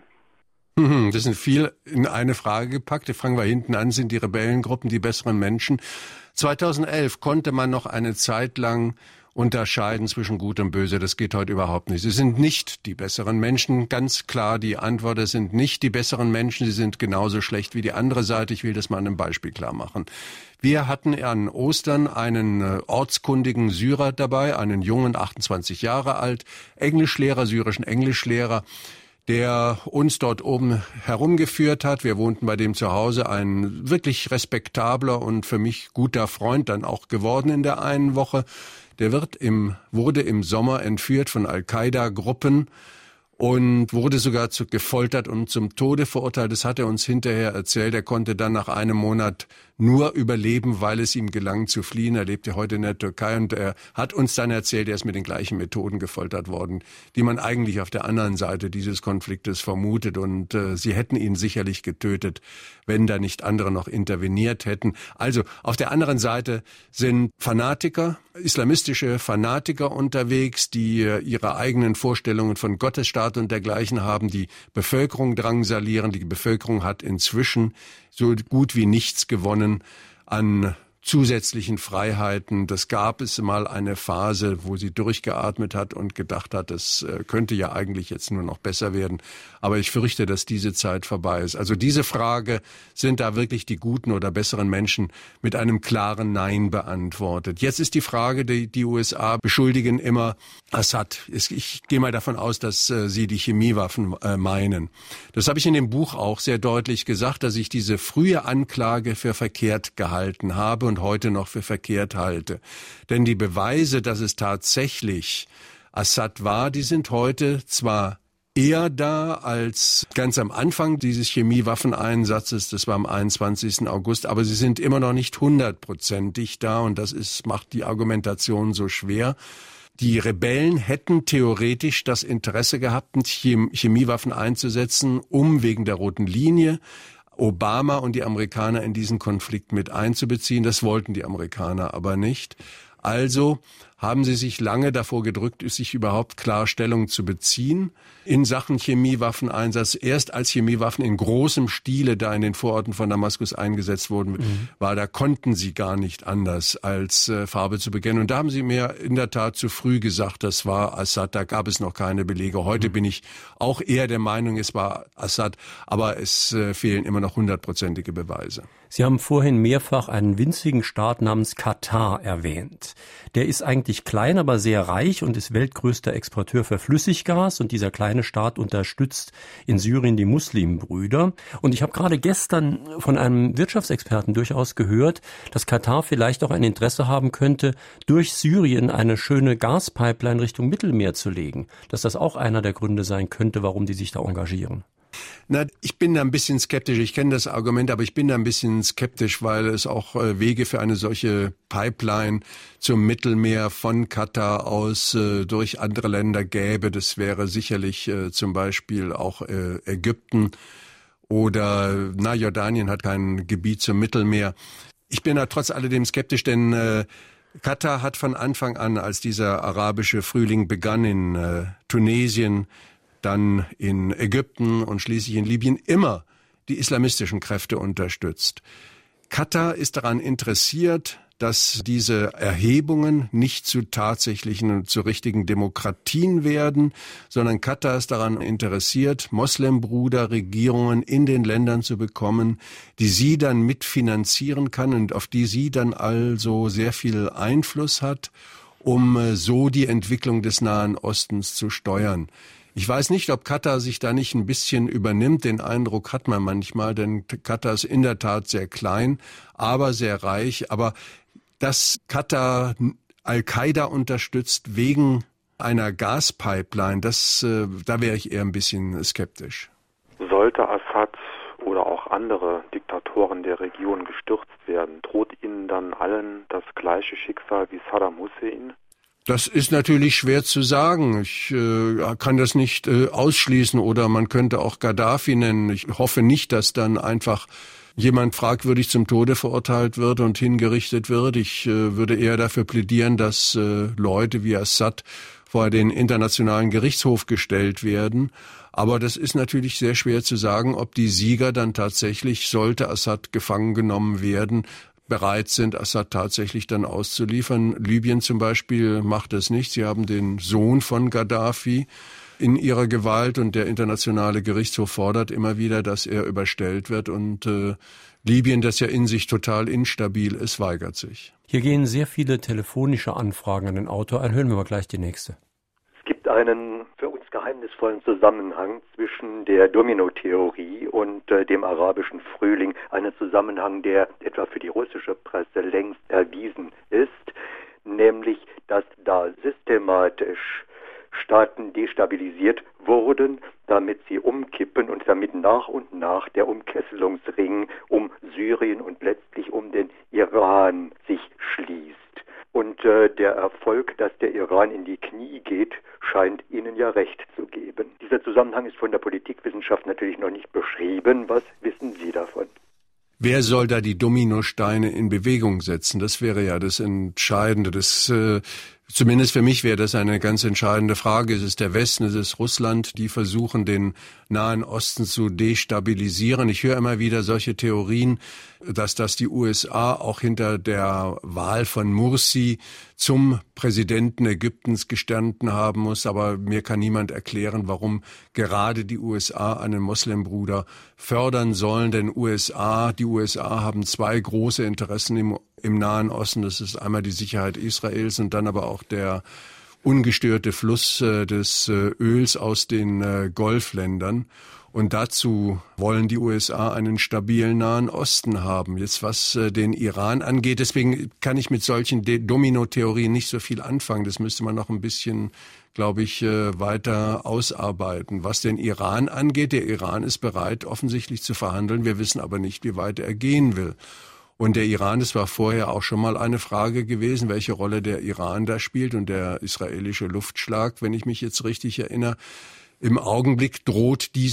Das sind viel in eine Frage gepackt. Die fangen wir hinten an. Sind die Rebellengruppen die besseren Menschen? 2011 konnte man noch eine Zeit lang unterscheiden zwischen Gut und Böse. Das geht heute überhaupt nicht. Sie sind nicht die besseren Menschen. Ganz klar, die Antwort, es sind nicht die besseren Menschen. Sie sind genauso schlecht wie die andere Seite. Ich will das mal an einem Beispiel klar machen. Wir hatten an Ostern einen ortskundigen Syrer dabei, einen jungen, 28 Jahre alt, Englischlehrer, syrischen Englischlehrer, der uns dort oben herumgeführt hat. Wir wohnten bei dem zu Hause, ein wirklich respektabler und für mich guter Freund dann auch geworden in der einen Woche. Der wurde im Sommer entführt von Al-Qaida-Gruppen und wurde sogar gefoltert und zum Tode verurteilt. Das hat er uns hinterher erzählt. Er konnte dann nach einem Monat nur überleben, weil es ihm gelang zu fliehen. Er lebte heute in der Türkei und er hat uns dann erzählt, er ist mit den gleichen Methoden gefoltert worden, die man eigentlich auf der anderen Seite dieses Konfliktes vermutet. Und sie hätten ihn sicherlich getötet, wenn da nicht andere noch interveniert hätten. Also auf der anderen Seite sind Fanatiker, islamistische Fanatiker unterwegs, die ihre eigenen Vorstellungen von Gottesstaat und dergleichen haben, die Bevölkerung drangsalieren. Die Bevölkerung hat inzwischen so gut wie nichts gewonnen an zusätzlichen Freiheiten. Das gab es mal eine Phase, wo sie durchgeatmet hat und gedacht hat, das könnte ja eigentlich jetzt nur noch besser werden. Aber ich fürchte, dass diese Zeit vorbei ist. Also diese Frage, sind da wirklich die guten oder besseren Menschen, mit einem klaren Nein beantwortet. Jetzt ist die Frage, die USA beschuldigen immer Assad. Ich gehe mal davon aus, dass sie die Chemiewaffen meinen. Das habe ich in dem Buch auch sehr deutlich gesagt, dass ich diese frühe Anklage für verkehrt gehalten habe und heute noch für verkehrt halte. Denn die Beweise, dass es tatsächlich Assad war, die sind heute zwar eher da als ganz am Anfang dieses Chemiewaffeneinsatzes, das war am 21. August, aber sie sind immer noch nicht 100%ig da und macht die Argumentation so schwer. Die Rebellen hätten theoretisch das Interesse gehabt, Chemiewaffen einzusetzen, um wegen der roten Linie Obama und die Amerikaner in diesen Konflikt mit einzubeziehen. Das wollten die Amerikaner aber nicht. Also haben sie sich lange davor gedrückt, sich überhaupt klar Stellung zu beziehen in Sachen Chemiewaffeneinsatz. Erst als Chemiewaffen in großem Stile da in den Vororten von Damaskus eingesetzt wurden, da konnten sie gar nicht anders als Farbe zu bekennen. Und da haben sie mir in der Tat zu früh gesagt, das war Assad, da gab es noch keine Belege. Heute bin ich auch eher der Meinung, es war Assad, aber es fehlen immer noch 100%ige Beweise. Sie haben vorhin mehrfach einen winzigen Staat namens Katar erwähnt. Der ist eigentlich klein, aber sehr reich und ist weltgrößter Exporteur für Flüssiggas. Und dieser kleine Staat unterstützt in Syrien die Muslimbrüder. Und ich habe gerade gestern von einem Wirtschaftsexperten durchaus gehört, dass Katar vielleicht auch ein Interesse haben könnte, durch Syrien eine schöne Gaspipeline Richtung Mittelmeer zu legen. Dass das auch einer der Gründe sein könnte, warum die sich da engagieren. Na, ich bin da ein bisschen skeptisch. Ich kenne das Argument, aber ich bin da ein bisschen skeptisch, weil es auch Wege für eine solche Pipeline zum Mittelmeer von Katar aus durch andere Länder gäbe. Das wäre sicherlich zum Beispiel auch Ägypten oder Jordanien hat kein Gebiet zum Mittelmeer. Ich bin da trotz alledem skeptisch, denn Katar hat von Anfang an, als dieser arabische Frühling begann in Tunesien, dann in Ägypten und schließlich in Libyen immer die islamistischen Kräfte unterstützt. Katar ist daran interessiert, dass diese Erhebungen nicht zu tatsächlichen und zu richtigen Demokratien werden, sondern Katar ist daran interessiert, Moslembruderregierungen in den Ländern zu bekommen, die sie dann mitfinanzieren kann und auf die sie dann also sehr viel Einfluss hat, um so die Entwicklung des Nahen Ostens zu steuern. Ich weiß nicht, ob Katar sich da nicht ein bisschen übernimmt. Den Eindruck hat man manchmal, denn Katar ist in der Tat sehr klein, aber sehr reich. Aber dass Katar Al-Qaida unterstützt wegen einer Gaspipeline, da wäre ich eher ein bisschen skeptisch. Sollte Assad oder auch andere Diktatoren der Region gestürzt werden, droht ihnen dann allen das gleiche Schicksal wie Saddam Hussein? Das ist natürlich schwer zu sagen. Ich kann das nicht ausschließen oder man könnte auch Gaddafi nennen. Ich hoffe nicht, dass dann einfach jemand fragwürdig zum Tode verurteilt wird und hingerichtet wird. Ich würde eher dafür plädieren, dass Leute wie Assad vor den Internationalen Gerichtshof gestellt werden. Aber das ist natürlich sehr schwer zu sagen, ob die Sieger dann tatsächlich, sollte Assad gefangen genommen werden, bereit sind, Assad tatsächlich dann auszuliefern. Libyen zum Beispiel macht das nicht. Sie haben den Sohn von Gaddafi in ihrer Gewalt und der Internationale Gerichtshof fordert immer wieder, dass er überstellt wird und Libyen, das ja in sich total instabil ist, weigert sich. Hier gehen sehr viele telefonische Anfragen an den Autor ein. Hören wir mal gleich die nächste. Es gibt einen für uns geheimnisvollen Zusammenhang zwischen der Domino-Theorie und dem arabischen Frühling. Einen Zusammenhang, der etwa für die russische Presse längst erwiesen ist, nämlich, dass da systematisch Staaten destabilisiert wurden, damit sie umkippen und damit nach und nach der Umkesselungsring um Syrien und letztlich um den Iran sich schließt. Und der Erfolg, dass der Iran in die Knie geht, scheint Ihnen ja recht zu geben. Dieser Zusammenhang ist von der Politikwissenschaft natürlich noch nicht beschrieben. Was wissen Sie davon? Wer soll da die Dominosteine in Bewegung setzen? Das wäre ja das Entscheidende. Zumindest für mich wäre das eine ganz entscheidende Frage. Ist es der Westen, ist es Russland, die versuchen, den Nahen Osten zu destabilisieren? Ich höre immer wieder solche Theorien, dass das die USA auch hinter der Wahl von Mursi zum Präsidenten Ägyptens gestanden haben muss. Aber mir kann niemand erklären, warum gerade die USA einen Moslembruder fördern sollen. Denn die USA haben zwei große Interessen im Nahen Osten. Das ist einmal die Sicherheit Israels und dann aber auch der ungestörte Fluss des Öls aus den Golfländern. Und dazu wollen die USA einen stabilen Nahen Osten haben. Jetzt was den Iran angeht, deswegen kann ich mit solchen Domino-Theorien nicht so viel anfangen. Das müsste man noch ein bisschen, glaube ich, weiter ausarbeiten. Was den Iran angeht, der Iran ist bereit, offensichtlich zu verhandeln. Wir wissen aber nicht, wie weit er gehen will. Und der Iran, das war vorher auch schon mal eine Frage gewesen, welche Rolle der Iran da spielt und der israelische Luftschlag, wenn ich mich jetzt richtig erinnere. Im Augenblick droht dieser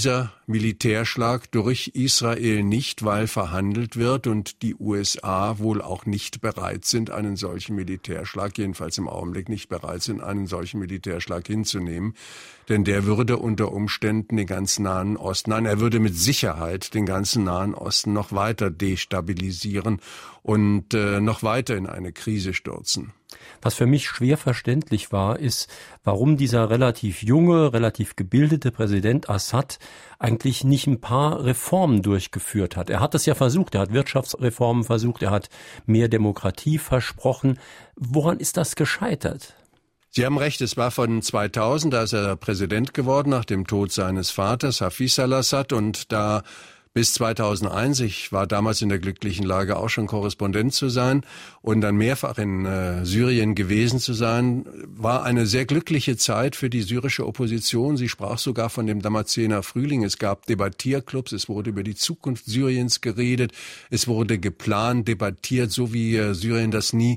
Militärschlag durch Israel nicht, weil verhandelt wird und die USA wohl auch nicht bereit sind, einen solchen Militärschlag, jedenfalls im Augenblick nicht bereit sind, einen solchen Militärschlag hinzunehmen. Denn der würde unter Umständen den ganzen Nahen Osten, nein, er würde mit Sicherheit den ganzen Nahen Osten noch weiter destabilisieren und noch weiter in eine Krise stürzen. Was für mich schwer verständlich war, ist, warum dieser relativ junge, relativ gebildete Präsident Assad eigentlich nicht ein paar Reformen durchgeführt hat. Er hat es ja versucht, er hat Wirtschaftsreformen versucht, er hat mehr Demokratie versprochen. Woran ist das gescheitert? Sie haben recht, es war von 2000, da ist er Präsident geworden, nach dem Tod seines Vaters, Hafez al-Assad, und da bis 2001, ich war damals in der glücklichen Lage, auch schon Korrespondent zu sein und dann mehrfach in Syrien gewesen zu sein, war eine sehr glückliche Zeit für die syrische Opposition. Sie sprach sogar von dem Damazener Frühling. Es gab Debattierclubs, es wurde über die Zukunft Syriens geredet, es wurde geplant, debattiert, so wie Syrien das nie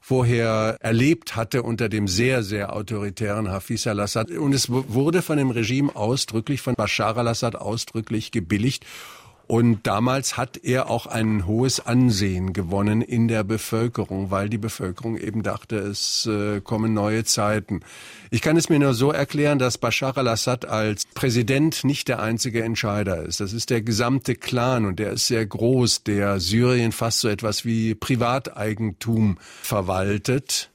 vorher erlebt hatte unter dem sehr, sehr autoritären Hafez al-Assad. Und es wurde von dem Regime ausdrücklich, von Bashar al-Assad ausdrücklich gebilligt. Und damals hat er auch ein hohes Ansehen gewonnen in der Bevölkerung, weil die Bevölkerung eben dachte, es kommen neue Zeiten. Ich kann es mir nur so erklären, dass Bashar al-Assad als Präsident nicht der einzige Entscheider ist. Das ist der gesamte Clan und der ist sehr groß, der Syrien fast so etwas wie Privateigentum verwaltet.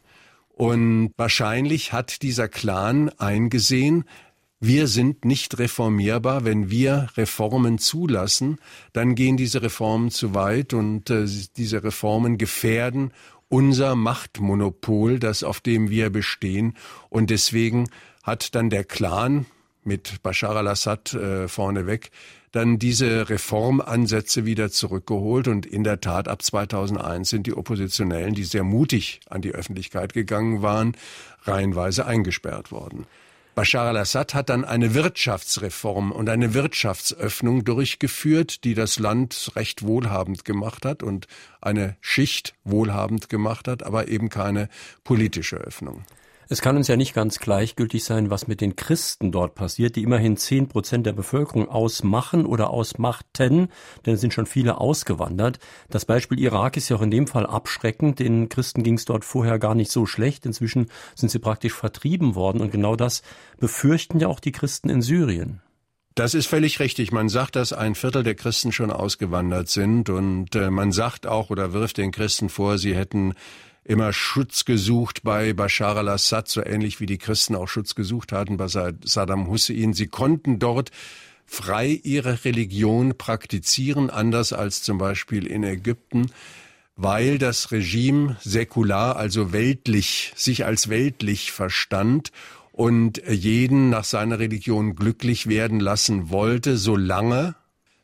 Und wahrscheinlich hat dieser Clan eingesehen, wir sind nicht reformierbar. Wenn wir Reformen zulassen, dann gehen diese Reformen zu weit und diese Reformen gefährden unser Machtmonopol, das auf dem wir bestehen. Und deswegen hat dann der Clan mit Bashar al-Assad vorneweg dann diese Reformansätze wieder zurückgeholt. Und in der Tat, ab 2001 sind die Oppositionellen, die sehr mutig an die Öffentlichkeit gegangen waren, reihenweise eingesperrt worden. Bashar al-Assad hat dann eine Wirtschaftsreform und eine Wirtschaftsöffnung durchgeführt, die das Land recht wohlhabend gemacht hat und eine Schicht wohlhabend gemacht hat, aber eben keine politische Öffnung. Es kann uns ja nicht ganz gleichgültig sein, was mit den Christen dort passiert, die immerhin 10% der Bevölkerung ausmachen oder ausmachten, denn es sind schon viele ausgewandert. Das Beispiel Irak ist ja auch in dem Fall abschreckend. Den Christen ging es dort vorher gar nicht so schlecht. Inzwischen sind sie praktisch vertrieben worden und genau das befürchten ja auch die Christen in Syrien. Das ist völlig richtig. Man sagt, dass 1/4 der Christen schon ausgewandert sind und man sagt auch oder wirft den Christen vor, sie hätten immer Schutz gesucht bei Bashar al-Assad, so ähnlich wie die Christen auch Schutz gesucht hatten bei Saddam Hussein. Sie konnten dort frei ihre Religion praktizieren, anders als zum Beispiel in Ägypten, weil das Regime säkular, also weltlich, sich als weltlich verstand und jeden nach seiner Religion glücklich werden lassen wollte, solange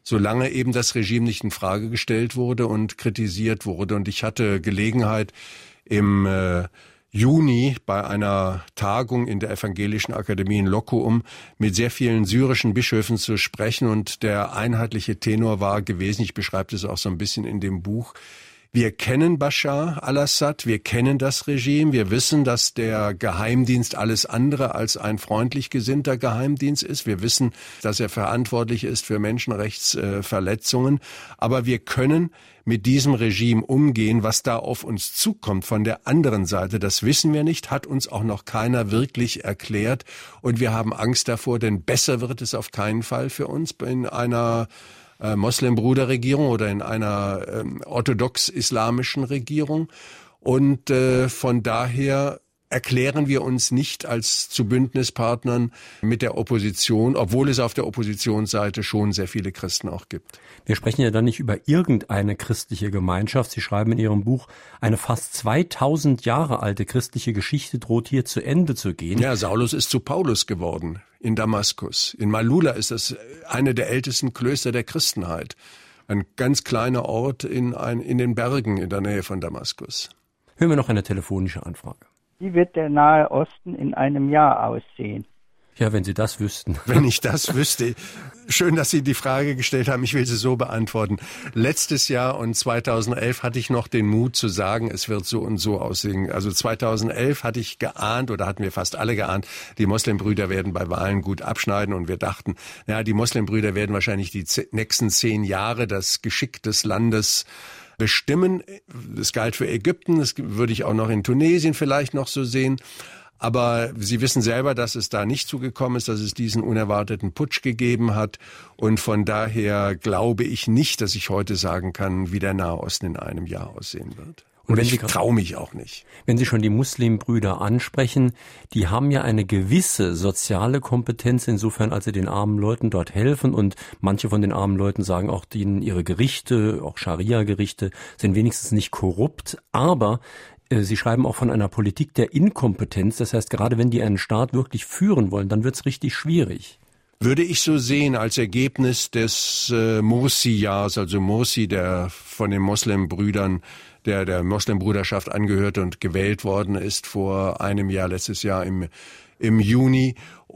eben das Regime nicht in Frage gestellt wurde und kritisiert wurde. Und ich hatte Gelegenheit, im Juni bei einer Tagung in der Evangelischen Akademie in Loccum mit sehr vielen syrischen Bischöfen zu sprechen. Und der einheitliche Tenor war gewesen, ich beschreibe das auch so ein bisschen in dem Buch, wir kennen Bashar al-Assad, wir kennen das Regime, wir wissen, dass der Geheimdienst alles andere als ein freundlich gesinnter Geheimdienst ist. Wir wissen, dass er verantwortlich ist für Menschenrechtsverletzungen. Aber wir können mit diesem Regime umgehen. Was da auf uns zukommt von der anderen Seite, das wissen wir nicht, hat uns auch noch keiner wirklich erklärt. Und wir haben Angst davor, denn besser wird es auf keinen Fall für uns in einer Moslembruderregierung oder in einer orthodox-islamischen Regierung. Und von daher erklären wir uns nicht als zu Bündnispartnern mit der Opposition, obwohl es auf der Oppositionsseite schon sehr viele Christen auch gibt. Wir sprechen ja dann nicht über irgendeine christliche Gemeinschaft. Sie schreiben in Ihrem Buch, eine fast 2000 Jahre alte christliche Geschichte droht hier zu Ende zu gehen. Ja, Saulus ist zu Paulus geworden in Damaskus. In Malula ist das eine der ältesten Klöster der Christenheit. Ein ganz kleiner Ort in den Bergen in der Nähe von Damaskus. Hören wir noch eine telefonische Anfrage. Wie wird der Nahe Osten in einem Jahr aussehen? Ja, wenn Sie das wüssten. Wenn ich das wüsste. Schön, dass Sie die Frage gestellt haben. Ich will sie so beantworten. Letztes Jahr und 2011 hatte ich noch den Mut zu sagen, es wird so und so aussehen. Also 2011 hatte ich geahnt, oder hatten wir fast alle geahnt, die Moslembrüder werden bei Wahlen gut abschneiden. Und wir dachten, die Moslembrüder werden wahrscheinlich die nächsten 10 Jahre das Geschick des Landes bestimmen. Das galt für Ägypten, das würde ich auch noch in Tunesien vielleicht noch so sehen. Aber Sie wissen selber, dass es da nicht zugekommen ist, dass es diesen unerwarteten Putsch gegeben hat. Und von daher glaube ich nicht, dass ich heute sagen kann, wie der Nahe Osten in einem Jahr aussehen wird. Und ich traue mich auch nicht. Wenn Sie schon die Muslimbrüder ansprechen, die haben ja eine gewisse soziale Kompetenz insofern, als sie den armen Leuten dort helfen. Und manche von den armen Leuten sagen auch, ihre Gerichte, auch Scharia-Gerichte, sind wenigstens nicht korrupt. Aber Sie schreiben auch von einer Politik der Inkompetenz. Das heißt, gerade wenn die einen Staat wirklich führen wollen, dann wird's richtig schwierig. Würde ich so sehen als Ergebnis des Morsi-Jahres, also Morsi, der von den Moslembrüdern, der Moslembruderschaft angehörte und gewählt worden ist vor einem Jahr, letztes Jahr im Juni.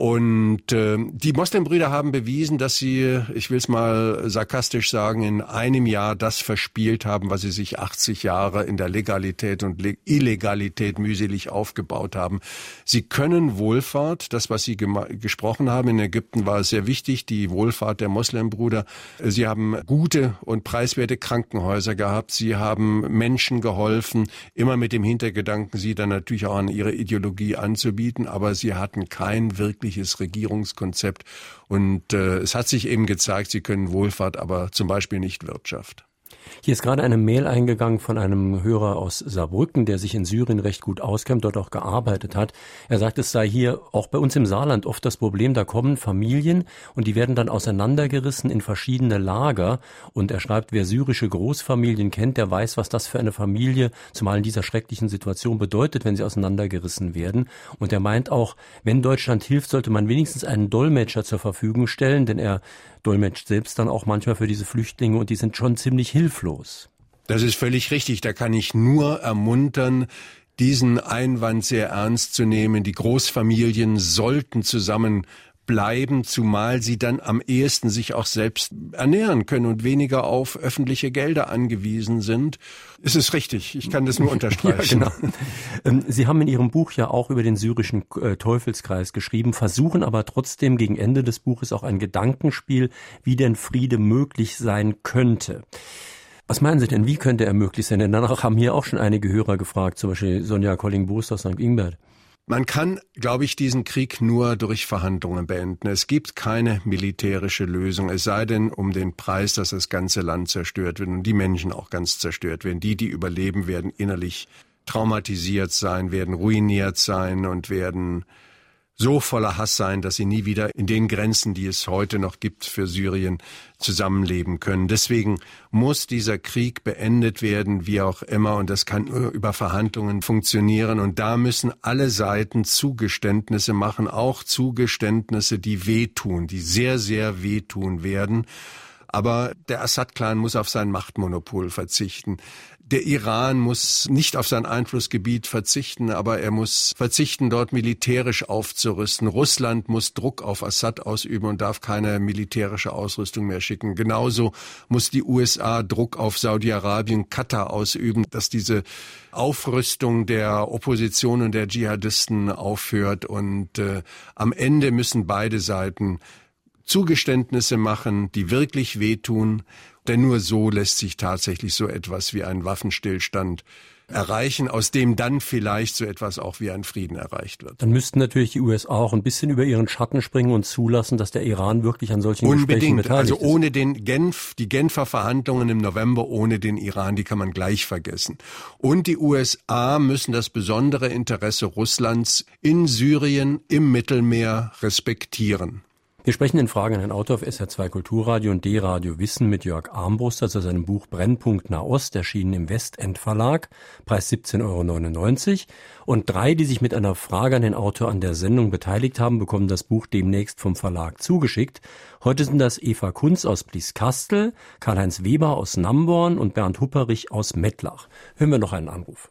Und die Moslembrüder haben bewiesen, dass sie, ich will es mal sarkastisch sagen, in einem Jahr das verspielt haben, was sie sich 80 Jahre in der Legalität und Illegalität mühselig aufgebaut haben. Sie können Wohlfahrt, das, was Sie gesprochen haben, in Ägypten war es sehr wichtig, die Wohlfahrt der Moslembrüder. Sie haben gute und preiswerte Krankenhäuser gehabt. Sie haben Menschen geholfen, immer mit dem Hintergedanken, sie dann natürlich auch an ihre Ideologie anzubieten, aber sie hatten kein wirkliches Regierungskonzept. Und es hat sich eben gezeigt, sie können Wohlfahrt, aber zum Beispiel nicht Wirtschaft. Hier ist gerade eine Mail eingegangen von einem Hörer aus Saarbrücken, der sich in Syrien recht gut auskennt, dort auch gearbeitet hat. Er sagt, es sei hier auch bei uns im Saarland oft das Problem, da kommen Familien und die werden dann auseinandergerissen in verschiedene Lager. Und er schreibt, wer syrische Großfamilien kennt, der weiß, was das für eine Familie, zumal in dieser schrecklichen Situation, bedeutet, wenn sie auseinandergerissen werden. Und er meint auch, wenn Deutschland hilft, sollte man wenigstens einen Dolmetscher zur Verfügung stellen, denn er dolmetscht selbst dann auch manchmal für diese Flüchtlinge und die sind schon ziemlich hilflos. Das ist völlig richtig. Da kann ich nur ermuntern, diesen Einwand sehr ernst zu nehmen. Die Großfamilien sollten zusammenbleiben, zumal sie dann am ehesten sich auch selbst ernähren können und weniger auf öffentliche Gelder angewiesen sind. Es ist richtig, ich kann das nur unterstreichen. Ja, genau. Sie haben in Ihrem Buch ja auch über den syrischen Teufelskreis geschrieben, versuchen aber trotzdem gegen Ende des Buches auch ein Gedankenspiel, wie denn Friede möglich sein könnte. Was meinen Sie denn, wie könnte er möglich sein? Denn danach haben hier auch schon einige Hörer gefragt, zum Beispiel Sonja Colling-Bost aus St. Ingbert. Man kann, glaube ich, diesen Krieg nur durch Verhandlungen beenden. Es gibt keine militärische Lösung, es sei denn um den Preis, dass das ganze Land zerstört wird und die Menschen auch ganz zerstört werden. Die überleben, werden innerlich traumatisiert sein, werden ruiniert sein und werden so voller Hass sein, dass sie nie wieder in den Grenzen, die es heute noch gibt für Syrien, zusammenleben können. Deswegen muss dieser Krieg beendet werden, wie auch immer, und das kann nur über Verhandlungen funktionieren. Und da müssen alle Seiten Zugeständnisse machen, auch Zugeständnisse, die wehtun, die sehr, sehr wehtun werden. Aber der Assad-Clan muss auf sein Machtmonopol verzichten. Der Iran muss nicht auf sein Einflussgebiet verzichten, aber er muss verzichten, dort militärisch aufzurüsten. Russland muss Druck auf Assad ausüben und darf keine militärische Ausrüstung mehr schicken. Genauso muss die USA Druck auf Saudi-Arabien, Katar ausüben, dass diese Aufrüstung der Opposition und der Dschihadisten aufhört. Und am Ende müssen beide Seiten Zugeständnisse machen, die wirklich wehtun. Denn nur so lässt sich tatsächlich so etwas wie ein Waffenstillstand erreichen, aus dem dann vielleicht so etwas auch wie ein Frieden erreicht wird. Dann müssten natürlich die USA auch ein bisschen über ihren Schatten springen und zulassen, dass der Iran wirklich an solchen Gesprächen beteiligt ist. Also ohne die Genfer Verhandlungen im November, ohne den Iran, die kann man gleich vergessen. Und die USA müssen das besondere Interesse Russlands in Syrien, im Mittelmeer respektieren. Wir sprechen in Fragen an den Autor auf SR2 Kulturradio und D-Radio Wissen mit Jörg Armbruster zu seinem Buch Brennpunkt Nahost, erschienen im Westend Verlag, Preis 17,99 €. Und 3, die sich mit einer Frage an den Autor an der Sendung beteiligt haben, bekommen das Buch demnächst vom Verlag zugeschickt. Heute sind das Eva Kunz aus Blieskastel, Karl-Heinz Weber aus Namborn und Bernd Hupperich aus Mettlach. Hören wir noch einen Anruf. Das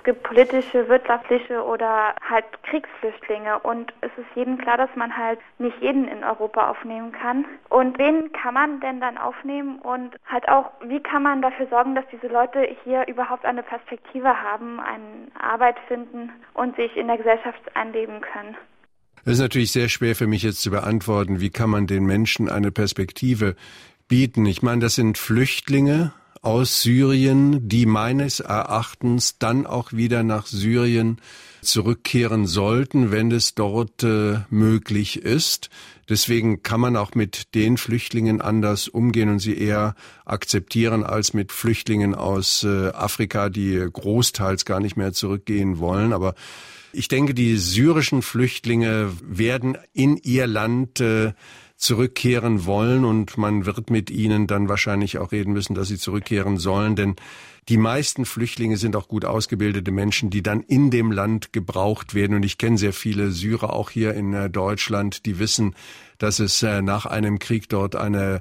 gibt politische, wirtschaftliche oder halt Kriegsflüchtlinge. Und es ist jedem klar, dass man halt nicht jeden in Europa aufnehmen kann. Und wen kann man denn dann aufnehmen? Und halt auch, wie kann man dafür sorgen, dass diese Leute hier überhaupt eine Perspektive haben, eine Arbeit finden und sich in der Gesellschaft einleben können? Das ist natürlich sehr schwer für mich jetzt zu beantworten. Wie kann man den Menschen eine Perspektive bieten? Ich meine, das sind Flüchtlinge aus Syrien, die meines Erachtens dann auch wieder nach Syrien zurückkehren sollten, wenn es dort möglich ist. Deswegen kann man auch mit den Flüchtlingen anders umgehen und sie eher akzeptieren als mit Flüchtlingen aus Afrika, die großteils gar nicht mehr zurückgehen wollen. Aber ich denke, die syrischen Flüchtlinge werden in ihr Land zurückkehren wollen und man wird mit ihnen dann wahrscheinlich auch reden müssen, dass sie zurückkehren sollen, denn die meisten Flüchtlinge sind auch gut ausgebildete Menschen, die dann in dem Land gebraucht werden. Und ich kenne sehr viele Syrer auch hier in Deutschland, die wissen, dass es nach einem Krieg dort eine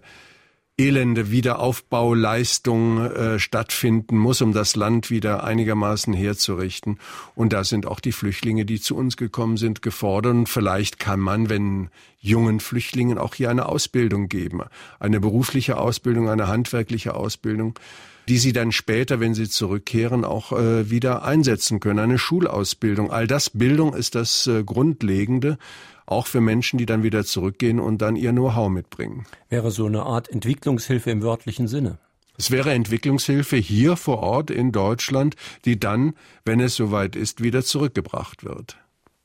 elende Wiederaufbauleistung stattfinden muss, um das Land wieder einigermaßen herzurichten. Und da sind auch die Flüchtlinge, die zu uns gekommen sind, gefordert. Und vielleicht kann man, wenn jungen Flüchtlingen auch hier eine Ausbildung geben, eine berufliche Ausbildung, eine handwerkliche Ausbildung, die sie dann später, wenn sie zurückkehren, auch wieder einsetzen können. Eine Schulausbildung. All das, Bildung ist das Grundlegende, auch für Menschen, die dann wieder zurückgehen und dann ihr Know-how mitbringen. Wäre so eine Art Entwicklungshilfe im wörtlichen Sinne? Es wäre Entwicklungshilfe hier vor Ort in Deutschland, die dann, wenn es soweit ist, wieder zurückgebracht wird.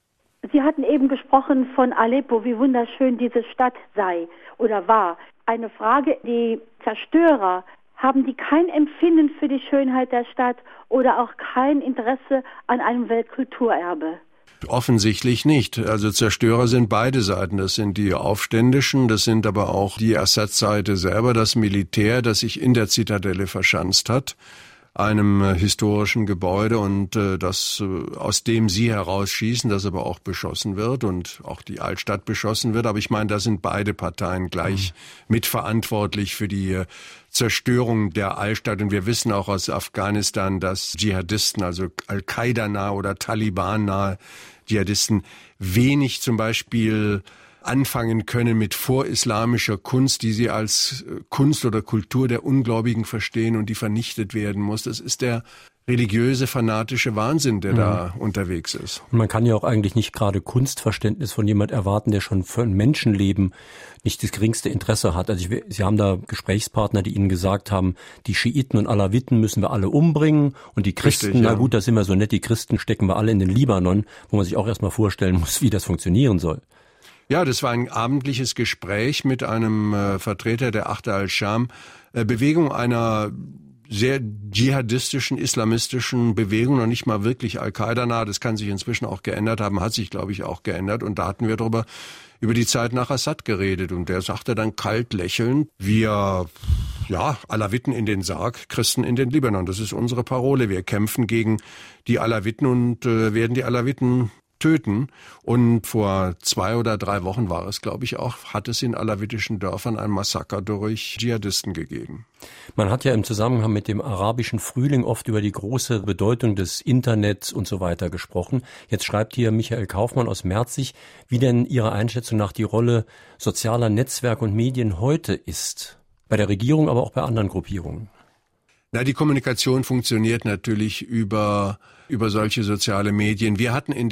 Sie hatten eben gesprochen von Aleppo, wie wunderschön diese Stadt sei oder war. Eine Frage, die Zerstörer, haben die kein Empfinden für die Schönheit der Stadt oder auch kein Interesse an einem Weltkulturerbe? Offensichtlich nicht. Also Zerstörer sind beide Seiten. Das sind die Aufständischen, das sind aber auch die Assad-Seite selber, das Militär, das sich in der Zitadelle verschanzt hat, einem historischen Gebäude und das aus dem sie herausschießen, das aber auch beschossen wird und auch die Altstadt beschossen wird. Aber ich meine, da sind beide Parteien gleich mitverantwortlich für die Zerstörung der Altstadt. Und wir wissen auch aus Afghanistan, dass Dschihadisten, also Al-Qaida-nahe oder Taliban-nahe Dschihadisten, wenig zum Beispiel anfangen können mit vorislamischer Kunst, die sie als Kunst oder Kultur der Ungläubigen verstehen und die vernichtet werden muss. Das ist der religiöse, fanatische Wahnsinn, der da unterwegs ist. Und man kann ja auch eigentlich nicht gerade Kunstverständnis von jemand erwarten, der schon für ein Menschenleben nicht das geringste Interesse hat. Also Sie haben da Gesprächspartner, die Ihnen gesagt haben, die Schiiten und Alawiten müssen wir alle umbringen und die Christen, richtig, ja. Na gut, da sind wir so nett, die Christen stecken wir alle in den Libanon, wo man sich auch erstmal vorstellen muss, wie das funktionieren soll. Ja, das war ein abendliches Gespräch mit einem Vertreter der Ahd al-Sham-Bewegung, einer sehr dschihadistischen, islamistischen Bewegung, noch nicht mal wirklich Al-Qaida-nah. Das kann sich inzwischen auch geändert haben, hat sich, glaube ich, auch geändert. Und da hatten wir über die Zeit nach Assad geredet. Und der sagte dann kalt lächelnd, wir, Alawiten in den Sarg, Christen in den Libanon. Das ist unsere Parole. Wir kämpfen gegen die Alawiten und werden die Alawiten töten. Und vor 2 oder 3 Wochen war es, glaube ich auch, hat es in alawitischen Dörfern ein Massaker durch Dschihadisten gegeben. Man hat ja im Zusammenhang mit dem arabischen Frühling oft über die große Bedeutung des Internets und so weiter gesprochen. Jetzt schreibt hier Michael Kaufmann aus Merzig, wie denn Ihrer Einschätzung nach die Rolle sozialer Netzwerke und Medien heute ist. Bei der Regierung, aber auch bei anderen Gruppierungen. Na, die Kommunikation funktioniert natürlich über solche soziale Medien. Wir hatten in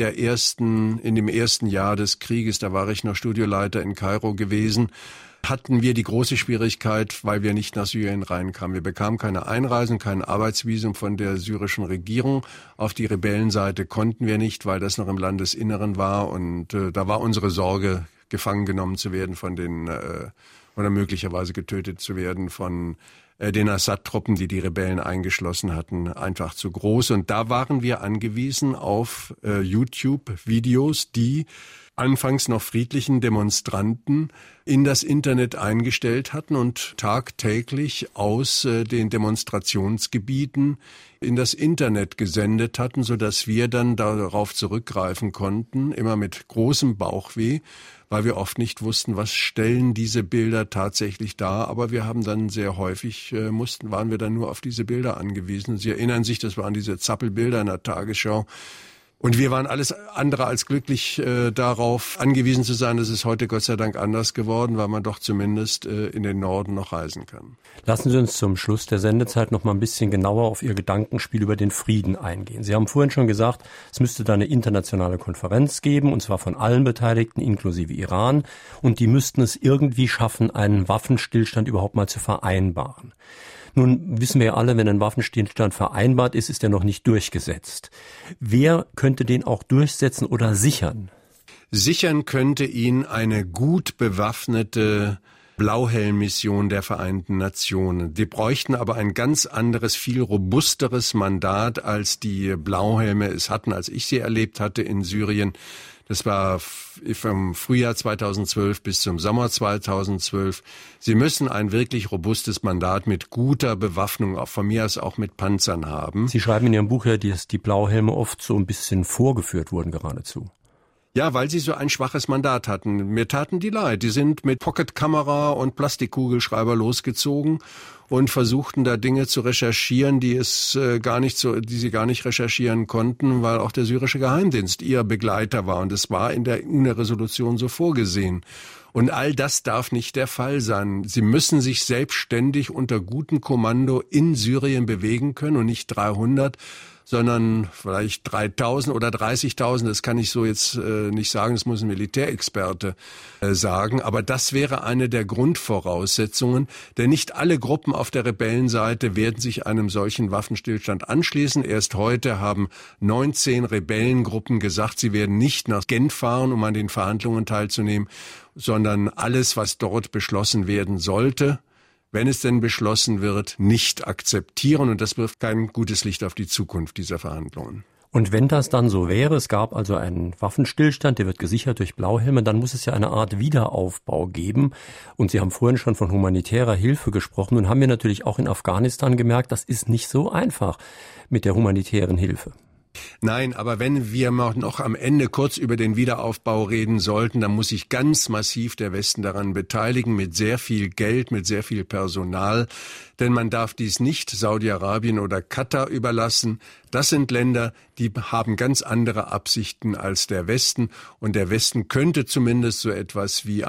dem ersten Jahr des Krieges, da war ich noch Studioleiter in Kairo gewesen, hatten wir die große Schwierigkeit, weil wir nicht nach Syrien reinkamen. Wir bekamen keine Einreisen, kein Arbeitsvisum von der syrischen Regierung. Auf die Rebellenseite konnten wir nicht, weil das noch im Landesinneren war. Und da war unsere Sorge, gefangen genommen zu werden oder möglicherweise getötet zu werden von den Assad-Truppen, die die Rebellen eingeschlossen hatten, einfach zu groß. Und da waren wir angewiesen auf YouTube-Videos, die anfangs noch friedlichen Demonstranten in das Internet eingestellt hatten und tagtäglich aus den Demonstrationsgebieten in das Internet gesendet hatten, sodass wir dann darauf zurückgreifen konnten, immer mit großem Bauchweh, weil wir oft nicht wussten, was stellen diese Bilder tatsächlich dar. Aber wir haben dann sehr häufig, waren wir dann nur auf diese Bilder angewiesen. Sie erinnern sich, das waren diese Zappelbilder in der Tagesschau. Und wir waren alles andere als glücklich darauf angewiesen zu sein. Das ist heute Gott sei Dank anders geworden, weil man doch zumindest in den Norden noch reisen kann. Lassen Sie uns zum Schluss der Sendezeit noch mal ein bisschen genauer auf Ihr Gedankenspiel über den Frieden eingehen. Sie haben vorhin schon gesagt, es müsste da eine internationale Konferenz geben, und zwar von allen Beteiligten, inklusive Iran. Und die müssten es irgendwie schaffen, einen Waffenstillstand überhaupt mal zu vereinbaren. Nun wissen wir ja alle, wenn ein Waffenstillstand vereinbart ist, ist er noch nicht durchgesetzt. Wer könnte den auch durchsetzen oder sichern? Sichern könnte ihn eine gut bewaffnete Blauhelm-Mission der Vereinten Nationen. Die bräuchten aber ein ganz anderes, viel robusteres Mandat, als die Blauhelme es hatten, als ich sie erlebt hatte in Syrien. Das war vom Frühjahr 2012 bis zum Sommer 2012. Sie müssen ein wirklich robustes Mandat mit guter Bewaffnung, auch von mir aus auch mit Panzern haben. Sie schreiben in Ihrem Buch ja, dass die Blauhelme oft so ein bisschen vorgeführt wurden geradezu. Ja, weil sie so ein schwaches Mandat hatten. Mir taten die leid. Die sind mit Pocketkamera und Plastikkugelschreiber losgezogen und versuchten da Dinge zu recherchieren, die sie gar nicht recherchieren konnten, weil auch der syrische Geheimdienst ihr Begleiter war. Und es war in der UNO-Resolution so vorgesehen. Und all das darf nicht der Fall sein. Sie müssen sich selbstständig unter gutem Kommando in Syrien bewegen können und nicht 300, sondern vielleicht 3.000 oder 30.000. Das kann ich so jetzt nicht sagen, das muss ein Militärexperte sagen. Aber das wäre eine der Grundvoraussetzungen, denn nicht alle Gruppen auf der Rebellenseite werden sich einem solchen Waffenstillstand anschließen. Erst heute haben 19 Rebellengruppen gesagt, sie werden nicht nach Genf fahren, um an den Verhandlungen teilzunehmen, sondern alles, was dort beschlossen werden sollte, wenn es denn beschlossen wird, nicht akzeptieren. Und das wirft kein gutes Licht auf die Zukunft dieser Verhandlungen. Und wenn das dann so wäre, es gab also einen Waffenstillstand, der wird gesichert durch Blauhelme, dann muss es ja eine Art Wiederaufbau geben. Und Sie haben vorhin schon von humanitärer Hilfe gesprochen. Nun haben wir natürlich auch in Afghanistan gemerkt, das ist nicht so einfach mit der humanitären Hilfe. Nein, aber wenn wir noch am Ende kurz über den Wiederaufbau reden sollten, dann muss sich ganz massiv der Westen daran beteiligen, mit sehr viel Geld, mit sehr viel Personal. Denn man darf dies nicht Saudi-Arabien oder Katar überlassen. Das sind Länder, die haben ganz andere Absichten als der Westen. Und der Westen könnte zumindest so etwas wie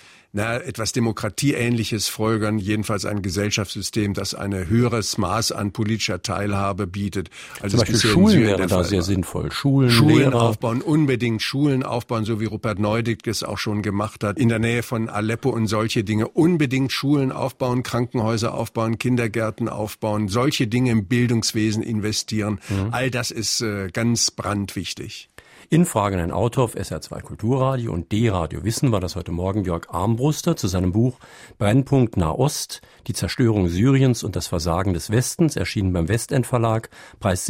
etwas Demokratieähnliches folgern, jedenfalls ein Gesellschaftssystem, das ein höheres Maß an politischer Teilhabe bietet. Also zum Beispiel Schulen wäre da sehr sinnvoll. Schulen Lehrer. Aufbauen, unbedingt Schulen aufbauen, so wie Rupert Neudig es auch schon gemacht hat, in der Nähe von Aleppo und solche Dinge. Unbedingt Schulen aufbauen, Krankenhäuser aufbauen, Kindergärten aufbauen, solche Dinge im Bildungswesen investieren. All das ist ganz brandwichtig. In Fragen ein Autor auf SR2 Kulturradio und D-Radio Wissen war das heute Morgen Jörg Armbruster zu seinem Buch Brennpunkt Nahost, die Zerstörung Syriens und das Versagen des Westens, erschienen beim Westend Verlag, Preis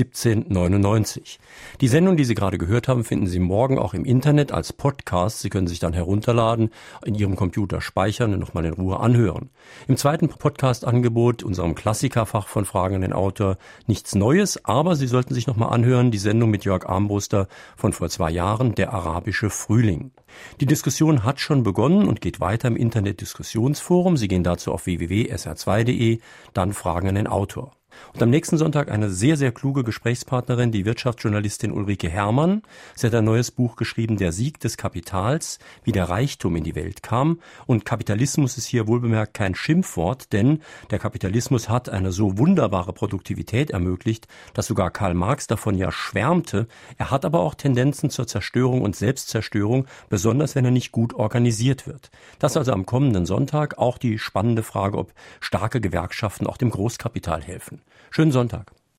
17,99. Die Sendung, die Sie gerade gehört haben, finden Sie morgen auch im Internet als Podcast. Sie können sich dann herunterladen, in Ihrem Computer speichern und nochmal in Ruhe anhören. Im zweiten Podcast-Angebot, unserem Klassikerfach von Fragen an den Autor, nichts Neues, aber Sie sollten sich nochmal anhören, die Sendung mit Jörg Armbruster von vor 2 Jahren, der arabische Frühling. Die Diskussion hat schon begonnen und geht weiter im Internet-Diskussionsforum. Sie gehen dazu auf www.sr2.de, dann Fragen an den Autor. Und am nächsten Sonntag eine sehr, sehr kluge Gesprächspartnerin, die Wirtschaftsjournalistin Ulrike Herrmann. Sie hat ein neues Buch geschrieben, Der Sieg des Kapitals, wie der Reichtum in die Welt kam. Und Kapitalismus ist hier wohlbemerkt kein Schimpfwort, denn der Kapitalismus hat eine so wunderbare Produktivität ermöglicht, dass sogar Karl Marx davon ja schwärmte. Er hat aber auch Tendenzen zur Zerstörung und Selbstzerstörung, besonders wenn er nicht gut organisiert wird. Das also am kommenden Sonntag auch die spannende Frage, ob starke Gewerkschaften auch dem Großkapital helfen. Schönen Sonntag.